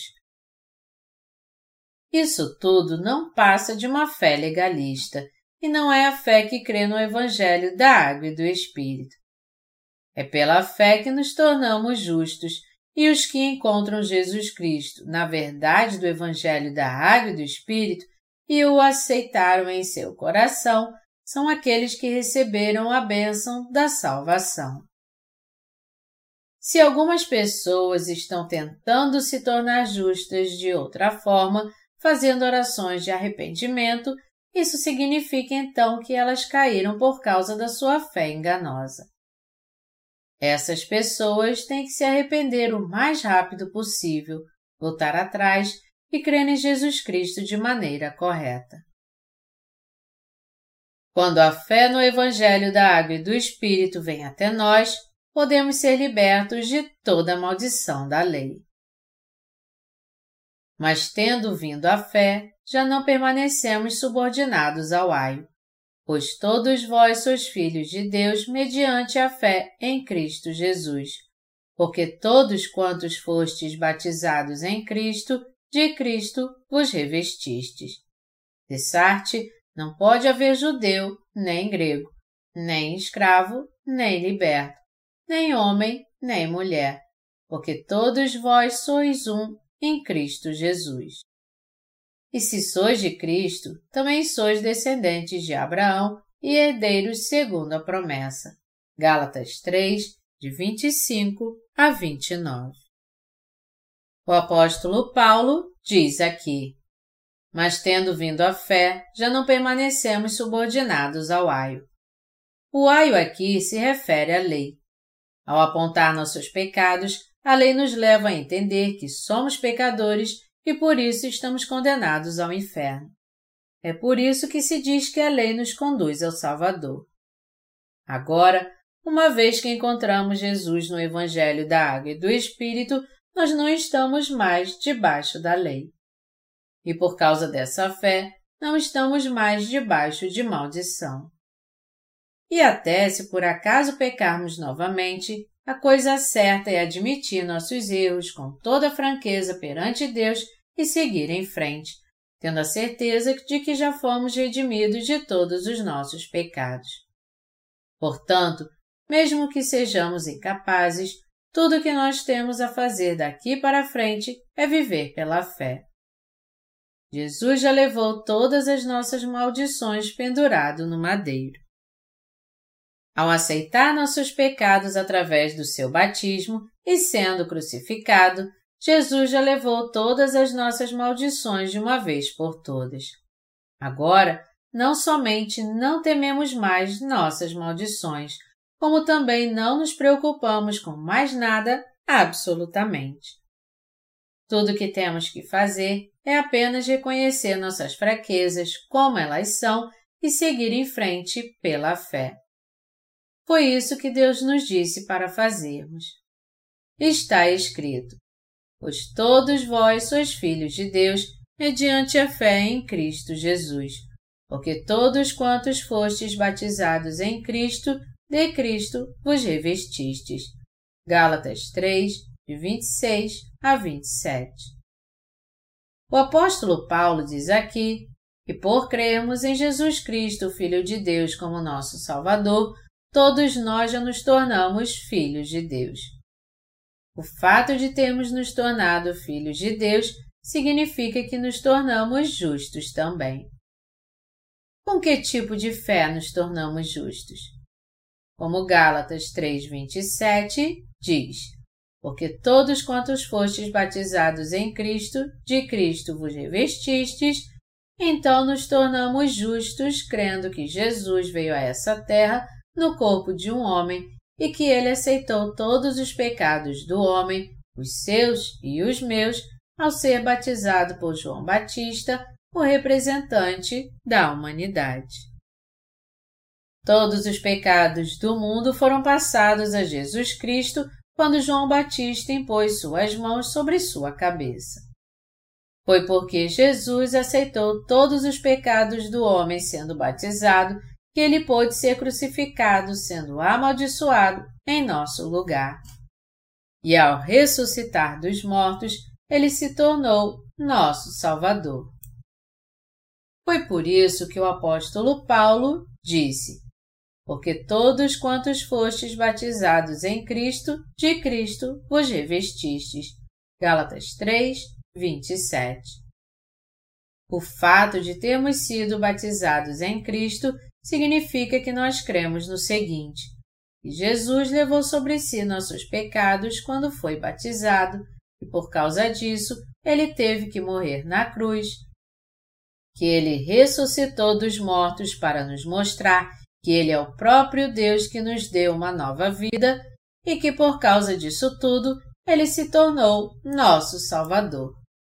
Isso tudo não passa de uma fé legalista, e não é a fé que crê no Evangelho da Água e do Espírito. É pela fé que nos tornamos justos, e os que encontram Jesus Cristo na verdade do Evangelho da Água e do Espírito e o aceitaram em seu coração, são aqueles que receberam a bênção da salvação. Se algumas pessoas estão tentando se tornar justas de outra forma, fazendo orações de arrependimento, isso significa então que elas caíram por causa da sua fé enganosa. Essas pessoas têm que se arrepender o mais rápido possível, voltar atrás e crer em Jesus Cristo de maneira correta. Quando a fé no Evangelho da Água e do Espírito vem até nós, podemos ser libertos de toda a maldição da lei. Mas tendo vindo a fé, já não permanecemos subordinados ao aio, pois todos vós sois filhos de Deus mediante a fé em Cristo Jesus, porque todos quantos fostes batizados em Cristo, de Cristo vos revestistes. Dessarte, não pode haver judeu, nem grego, nem escravo, nem liberto, nem homem, nem mulher, porque todos vós sois um em Cristo Jesus. E se sois de Cristo, também sois descendentes de Abraão e herdeiros segundo a promessa. Gálatas 3, de 25 a 29. O apóstolo Paulo diz aqui: mas tendo vindo a fé, já não permanecemos subordinados ao aio. O aio aqui se refere à lei. Ao apontar nossos pecados, a lei nos leva a entender que somos pecadores e por isso estamos condenados ao inferno. É por isso que se diz que a lei nos conduz ao Salvador. Agora, uma vez que encontramos Jesus no Evangelho da Água e do Espírito, nós não estamos mais debaixo da lei. E por causa dessa fé, não estamos mais debaixo de maldição. E até se por acaso pecarmos novamente, a coisa certa é admitir nossos erros com toda franqueza perante Deus e seguir em frente, tendo a certeza de que já fomos redimidos de todos os nossos pecados. Portanto, mesmo que sejamos incapazes, tudo o que nós temos a fazer daqui para frente é viver pela fé. Jesus já levou todas as nossas maldições pendurado no madeiro. Ao aceitar nossos pecados através do seu batismo e sendo crucificado, Jesus já levou todas as nossas maldições de uma vez por todas. Agora, não somente não tememos mais nossas maldições, como também não nos preocupamos com mais nada absolutamente. Tudo o que temos que fazer é apenas reconhecer nossas fraquezas como elas são e seguir em frente pela fé. Foi isso que Deus nos disse para fazermos. Está escrito: pois todos vós sois filhos de Deus mediante a fé em Cristo Jesus, porque todos quantos fostes batizados em Cristo, de Cristo vos revestistes. Gálatas 3, de 26 a 27. O apóstolo Paulo diz aqui que por crermos em Jesus Cristo, Filho de Deus, como nosso Salvador, todos nós já nos tornamos filhos de Deus. O fato de termos nos tornado filhos de Deus significa que nos tornamos justos também. Com que tipo de fé nos tornamos justos? Como Gálatas 3:27 diz: porque todos quantos fostes batizados em Cristo, de Cristo vos revestistes, então nos tornamos justos crendo que Jesus veio a essa terra no corpo de um homem e que ele aceitou todos os pecados do homem, os seus e os meus, ao ser batizado por João Batista, o representante da humanidade. Todos os pecados do mundo foram passados a Jesus Cristo quando João Batista impôs suas mãos sobre sua cabeça. Foi porque Jesus aceitou todos os pecados do homem sendo batizado que ele pôde ser crucificado sendo amaldiçoado em nosso lugar. E ao ressuscitar dos mortos, ele se tornou nosso Salvador. Foi por isso que o apóstolo Paulo disse: porque todos quantos fostes batizados em Cristo, de Cristo vos revestistes. Gálatas 3, 27. O fato de termos sido batizados em Cristo significa que nós cremos no seguinte: que Jesus levou sobre si nossos pecados quando foi batizado e por causa disso ele teve que morrer na cruz, que ele ressuscitou dos mortos para nos mostrar que ele é o próprio Deus que nos deu uma nova vida e que por causa disso tudo ele se tornou nosso Salvador.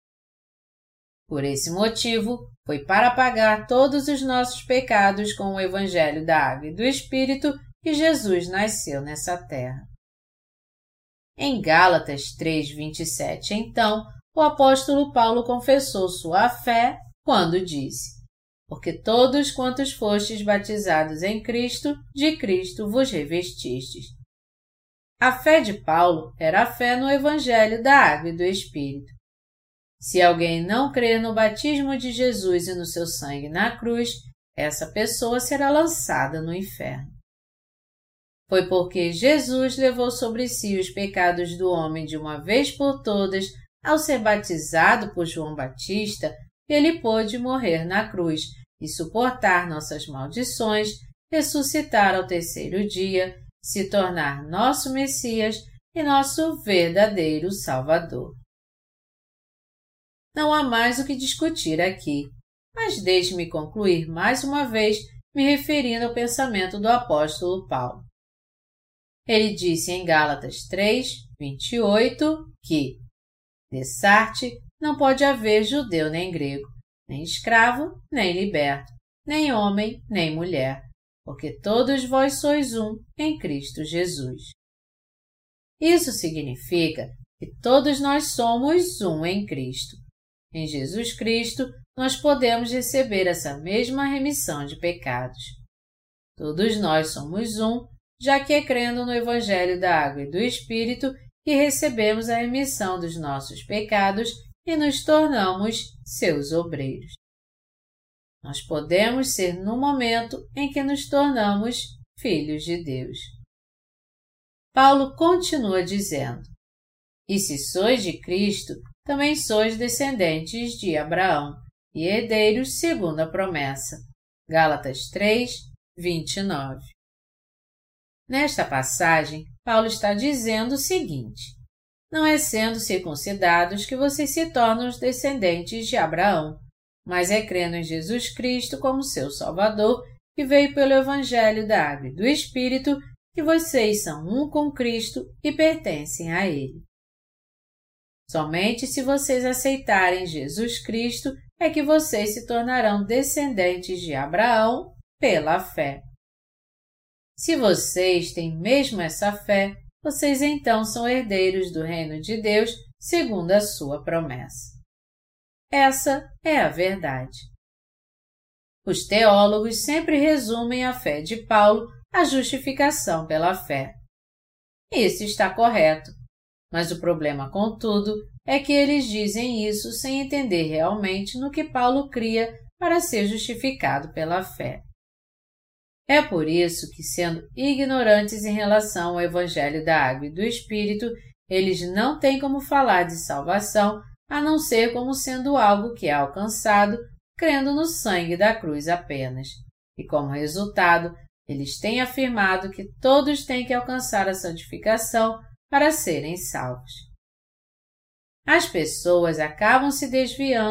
Por esse motivo, foi para pagar todos os nossos pecados com o Evangelho da Água e do Espírito que Jesus nasceu nessa terra. Em Gálatas 3:27, então, o apóstolo Paulo confessou sua fé quando disse: porque todos quantos fostes batizados em Cristo, de Cristo vos revestistes. A fé de Paulo era a fé no Evangelho da Água e do Espírito. Se alguém não crer no batismo de Jesus e no seu sangue na cruz, essa pessoa será lançada no inferno. Foi porque Jesus levou sobre si os pecados do homem de uma vez por todas ao ser batizado por João Batista que ele pôde morrer na cruz e suportar nossas maldições, ressuscitar ao terceiro dia, se tornar nosso Messias e nosso verdadeiro Salvador. Não há mais o que discutir aqui, mas deixe-me concluir mais uma vez me referindo ao pensamento do apóstolo Paulo. Ele disse em Gálatas 3:28 que dessarte não pode haver judeu nem grego, nem escravo, nem liberto, nem homem, nem mulher, porque todos vós sois um em Cristo Jesus. Isso significa que todos nós somos um em Cristo. Em Jesus Cristo, nós podemos receber essa mesma remissão de pecados. Todos nós somos um, já que é crendo no Evangelho da Água e do Espírito que recebemos a remissão dos nossos pecados e nos tornamos seus obreiros. Nós podemos ser no momento em que nos tornamos filhos de Deus. Paulo continua dizendo: e se sois de Cristo, também sois descendentes de Abraão e herdeiros segundo a promessa. Gálatas 3:29. Nesta passagem, Paulo está dizendo o seguinte: não é sendo circuncidados que vocês se tornam os descendentes de Abraão, mas é crendo em Jesus Cristo como seu Salvador, que veio pelo Evangelho da Água e do Espírito, que vocês são um com Cristo e pertencem a Ele. Somente se vocês aceitarem Jesus Cristo é que vocês se tornarão descendentes de Abraão pela fé. Se vocês têm mesmo essa fé, vocês então são herdeiros do reino de Deus segundo a sua promessa. Essa é a verdade. Os teólogos sempre resumem a fé de Paulo à justificação pela fé. Isso está correto, mas o problema, contudo, é que eles dizem isso sem entender realmente no que Paulo cria para ser justificado pela fé. É por isso que, sendo ignorantes em relação ao Evangelho da Água e do Espírito, eles não têm como falar de salvação a não ser como sendo algo que é alcançado crendo no sangue da cruz apenas. E como resultado, eles têm afirmado que todos têm que alcançar a santificação para serem salvos. As pessoas acabam se desviando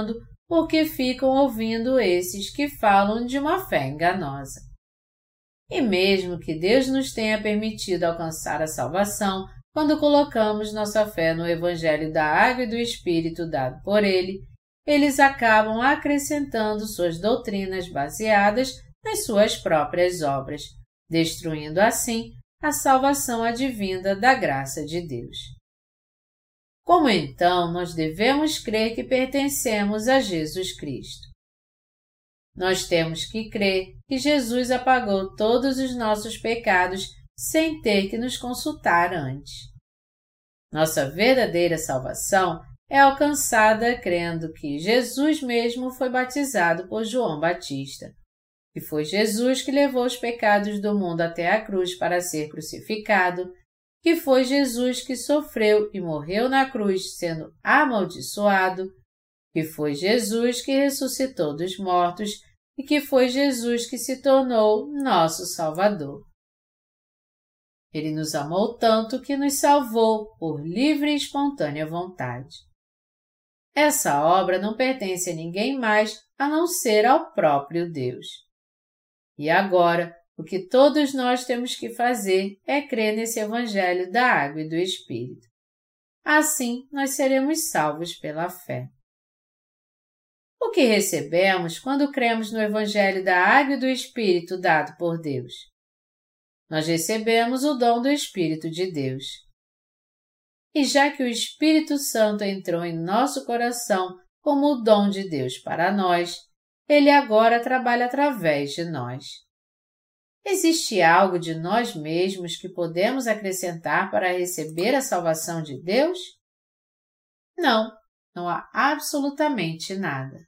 porque ficam ouvindo esses que falam de uma fé enganosa. E mesmo que Deus nos tenha permitido alcançar a salvação quando colocamos nossa fé no Evangelho da Água e do Espírito dado por Ele, eles acabam acrescentando suas doutrinas baseadas nas suas próprias obras, destruindo assim a salvação advinda da graça de Deus. Como então nós devemos crer que pertencemos a Jesus Cristo? Nós temos que crer que Jesus apagou todos os nossos pecados sem ter que nos consultar antes. Nossa verdadeira salvação é alcançada crendo que Jesus mesmo foi batizado por João Batista, que foi Jesus que levou os pecados do mundo até a cruz para ser crucificado, que foi Jesus que sofreu e morreu na cruz sendo amaldiçoado, que foi Jesus que ressuscitou dos mortos e que foi Jesus que se tornou nosso Salvador. Ele nos amou tanto que nos salvou por livre e espontânea vontade. Essa obra não pertence a ninguém mais a não ser ao próprio Deus. E agora, o que todos nós temos que fazer é crer nesse Evangelho da Água e do Espírito. Assim, nós seremos salvos pela fé. O que recebemos quando cremos no Evangelho da Água e do Espírito dado por Deus? Nós recebemos o dom do Espírito de Deus. E já que o Espírito Santo entrou em nosso coração como o dom de Deus para nós, ele agora trabalha através de nós. Existe algo de nós mesmos que podemos acrescentar para receber a salvação de Deus? Não, não há absolutamente nada.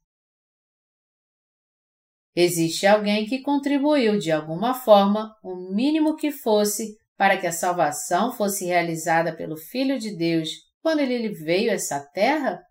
Existe alguém que contribuiu de alguma forma, o mínimo que fosse, para que a salvação fosse realizada pelo Filho de Deus quando ele veio a essa terra?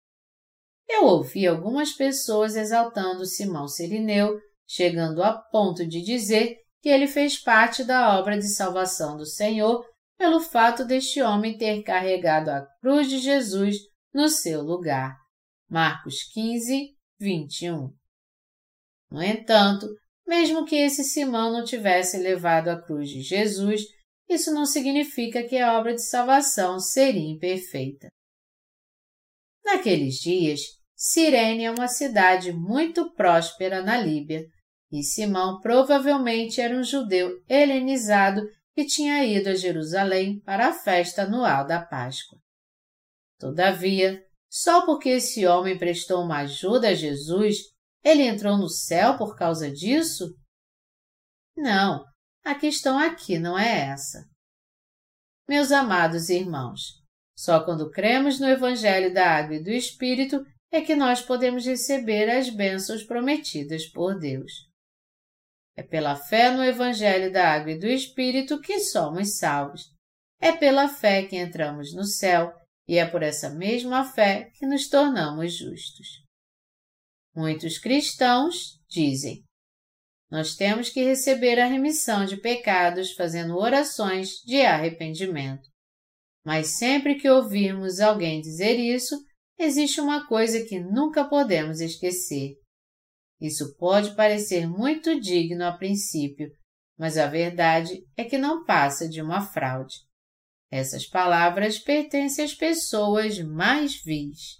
Eu ouvi algumas pessoas exaltando Simão Cirineu, chegando a ponto de dizer que ele fez parte da obra de salvação do Senhor pelo fato deste homem ter carregado a cruz de Jesus no seu lugar. Marcos 15, 21. No entanto, mesmo que esse Simão não tivesse levado a cruz de Jesus, isso não significa que a obra de salvação seria imperfeita. Naqueles dias, Cirene é uma cidade muito próspera na Líbia, e Simão provavelmente era um judeu helenizado que tinha ido a Jerusalém para a festa anual da Páscoa. Todavia, só porque esse homem prestou uma ajuda a Jesus, ele entrou no céu por causa disso? Não, a questão aqui não é essa. Meus amados irmãos, só quando cremos no Evangelho da Água e do Espírito é que nós podemos receber as bênçãos prometidas por Deus. É pela fé no Evangelho da Água e do Espírito que somos salvos. É pela fé que entramos no céu e é por essa mesma fé que nos tornamos justos. Muitos cristãos dizem: nós temos que receber a remissão de pecados fazendo orações de arrependimento. Mas sempre que ouvirmos alguém dizer isso, existe uma coisa que nunca podemos esquecer. Isso pode parecer muito digno a princípio, mas a verdade é que não passa de uma fraude. Essas palavras pertencem às pessoas mais vis.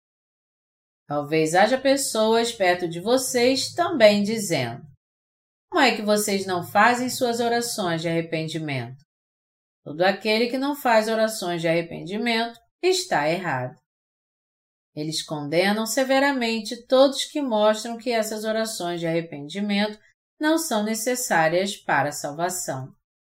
Talvez haja pessoas perto de vocês também dizendo: como é que vocês não fazem suas orações de arrependimento? Todo aquele que não faz orações de arrependimento está errado. Eles condenam severamente todos que mostram que essas orações de arrependimento não são necessárias para a salvação.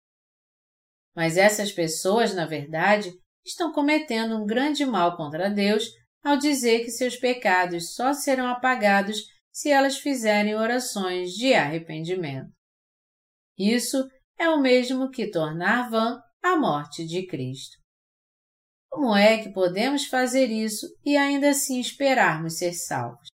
Mas essas pessoas, na verdade, estão cometendo um grande mal contra Deus ao dizer que seus pecados só serão apagados se elas fizerem orações de arrependimento. Isso é o mesmo que tornar vã a morte de Cristo. Como é que podemos fazer isso e ainda assim esperarmos ser salvos?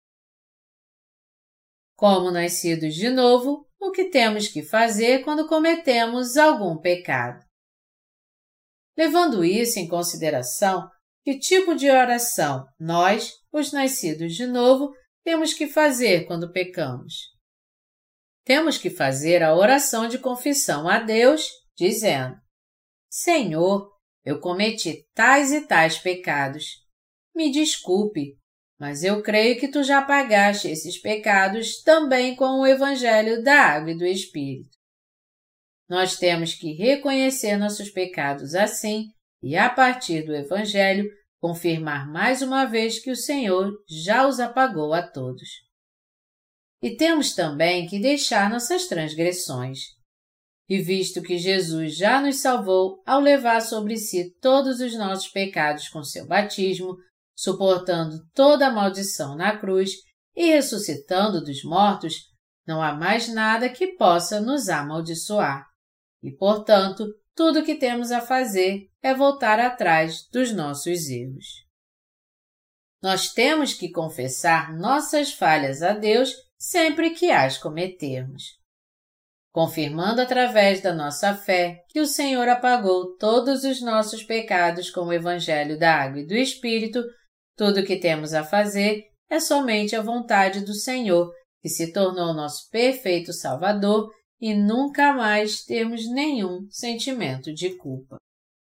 Como nascidos de novo, o que temos que fazer quando cometemos algum pecado? Levando isso em consideração, Que tipo de oração nós, os nascidos de novo, temos que fazer quando pecamos? Temos que fazer a oração de confissão a Deus, dizendo: Senhor, eu cometi tais e tais pecados. Me desculpe, mas eu creio que tu já pagaste esses pecados também com o Evangelho da Água e do Espírito. Nós temos que reconhecer nossos pecados assim e, a partir do Evangelho, confirmar mais uma vez que o Senhor já os apagou a todos. E temos também que deixar nossas transgressões. E visto que Jesus já nos salvou ao levar sobre si todos os nossos pecados com seu batismo, suportando toda a maldição na cruz e ressuscitando dos mortos, não há mais nada que possa nos amaldiçoar. E, portanto, tudo o que temos a fazer é voltar atrás dos nossos erros. Nós temos que confessar nossas falhas a Deus sempre que as cometermos, confirmando através da nossa fé que o Senhor apagou todos os nossos pecados com o Evangelho da Água e do Espírito. Tudo o que temos a fazer é somente a vontade do Senhor, que se tornou nosso perfeito Salvador, e nunca mais termos nenhum sentimento de culpa.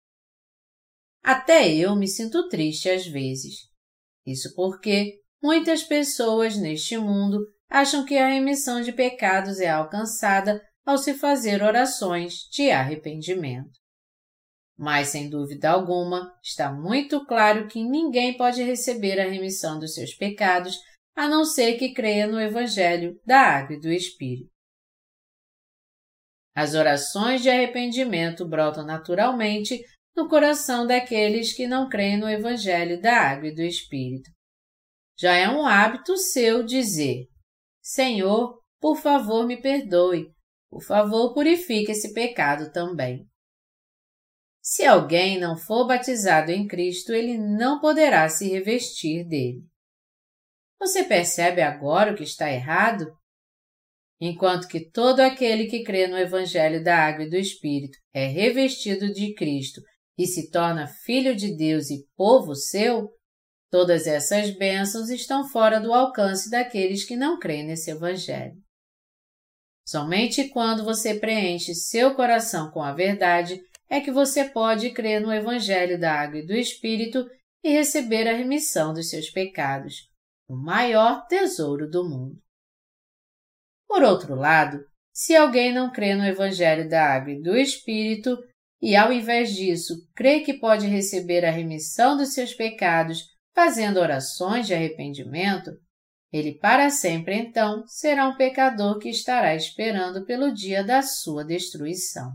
Até eu me sinto triste às vezes. Isso porque muitas pessoas neste mundo acham que a remissão de pecados é alcançada ao se fazer orações de arrependimento. Mas, sem dúvida alguma, está muito claro que ninguém pode receber a remissão dos seus pecados a não ser que creia no Evangelho da Água e do Espírito. As orações de arrependimento brotam naturalmente no coração daqueles que não creem no Evangelho da Água e do Espírito. Já é um hábito seu dizer: Senhor, por favor, me perdoe. Por favor, purifique esse pecado também. Se alguém não for batizado em Cristo, ele não poderá se revestir dele. Você percebe agora o que está errado? Enquanto que todo aquele que crê no Evangelho da Água e do Espírito é revestido de Cristo e se torna filho de Deus e povo seu, todas essas bênçãos estão fora do alcance daqueles que não creem nesse Evangelho. Somente quando você preenche seu coração com a verdade é que você pode crer no Evangelho da Água e do Espírito e receber a remissão dos seus pecados, o maior tesouro do mundo. Por outro lado, se alguém não crê no Evangelho da Água e do Espírito e, ao invés disso, crê que pode receber a remissão dos seus pecados fazendo orações de arrependimento, ele para sempre então será um pecador que estará esperando pelo dia da sua destruição.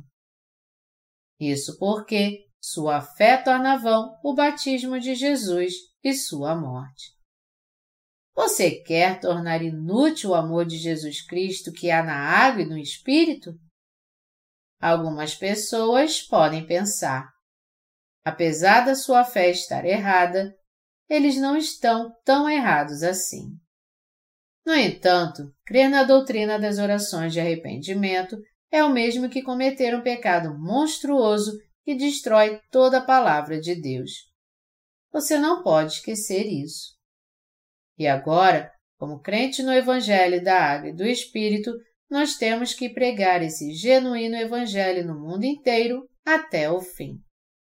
Isso porque sua fé torna vão o batismo de Jesus e sua morte. Você quer tornar inútil o amor de Jesus Cristo que há na água e no Espírito? Algumas pessoas podem pensar: apesar da sua fé estar errada, eles não estão tão errados assim. No entanto, crer na doutrina das orações de arrependimento é o mesmo que cometer um pecado monstruoso que destrói toda a palavra de Deus. Você não pode esquecer isso. E agora, como crente no Evangelho da Água e do Espírito, nós temos que pregar esse genuíno Evangelho no mundo inteiro até o fim.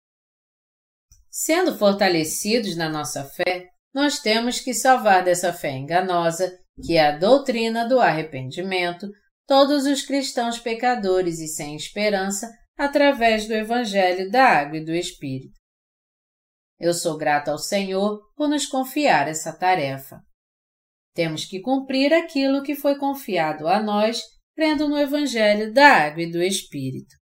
Sendo fortalecidos na nossa fé, nós temos que salvar dessa fé enganosa, que é a doutrina do arrependimento, todos os cristãos pecadores e sem esperança através do Evangelho da Água e do Espírito. Eu sou grata ao Senhor por nos confiar essa tarefa. Temos que cumprir aquilo que foi confiado a nós, crendo no Evangelho da Água e do Espírito.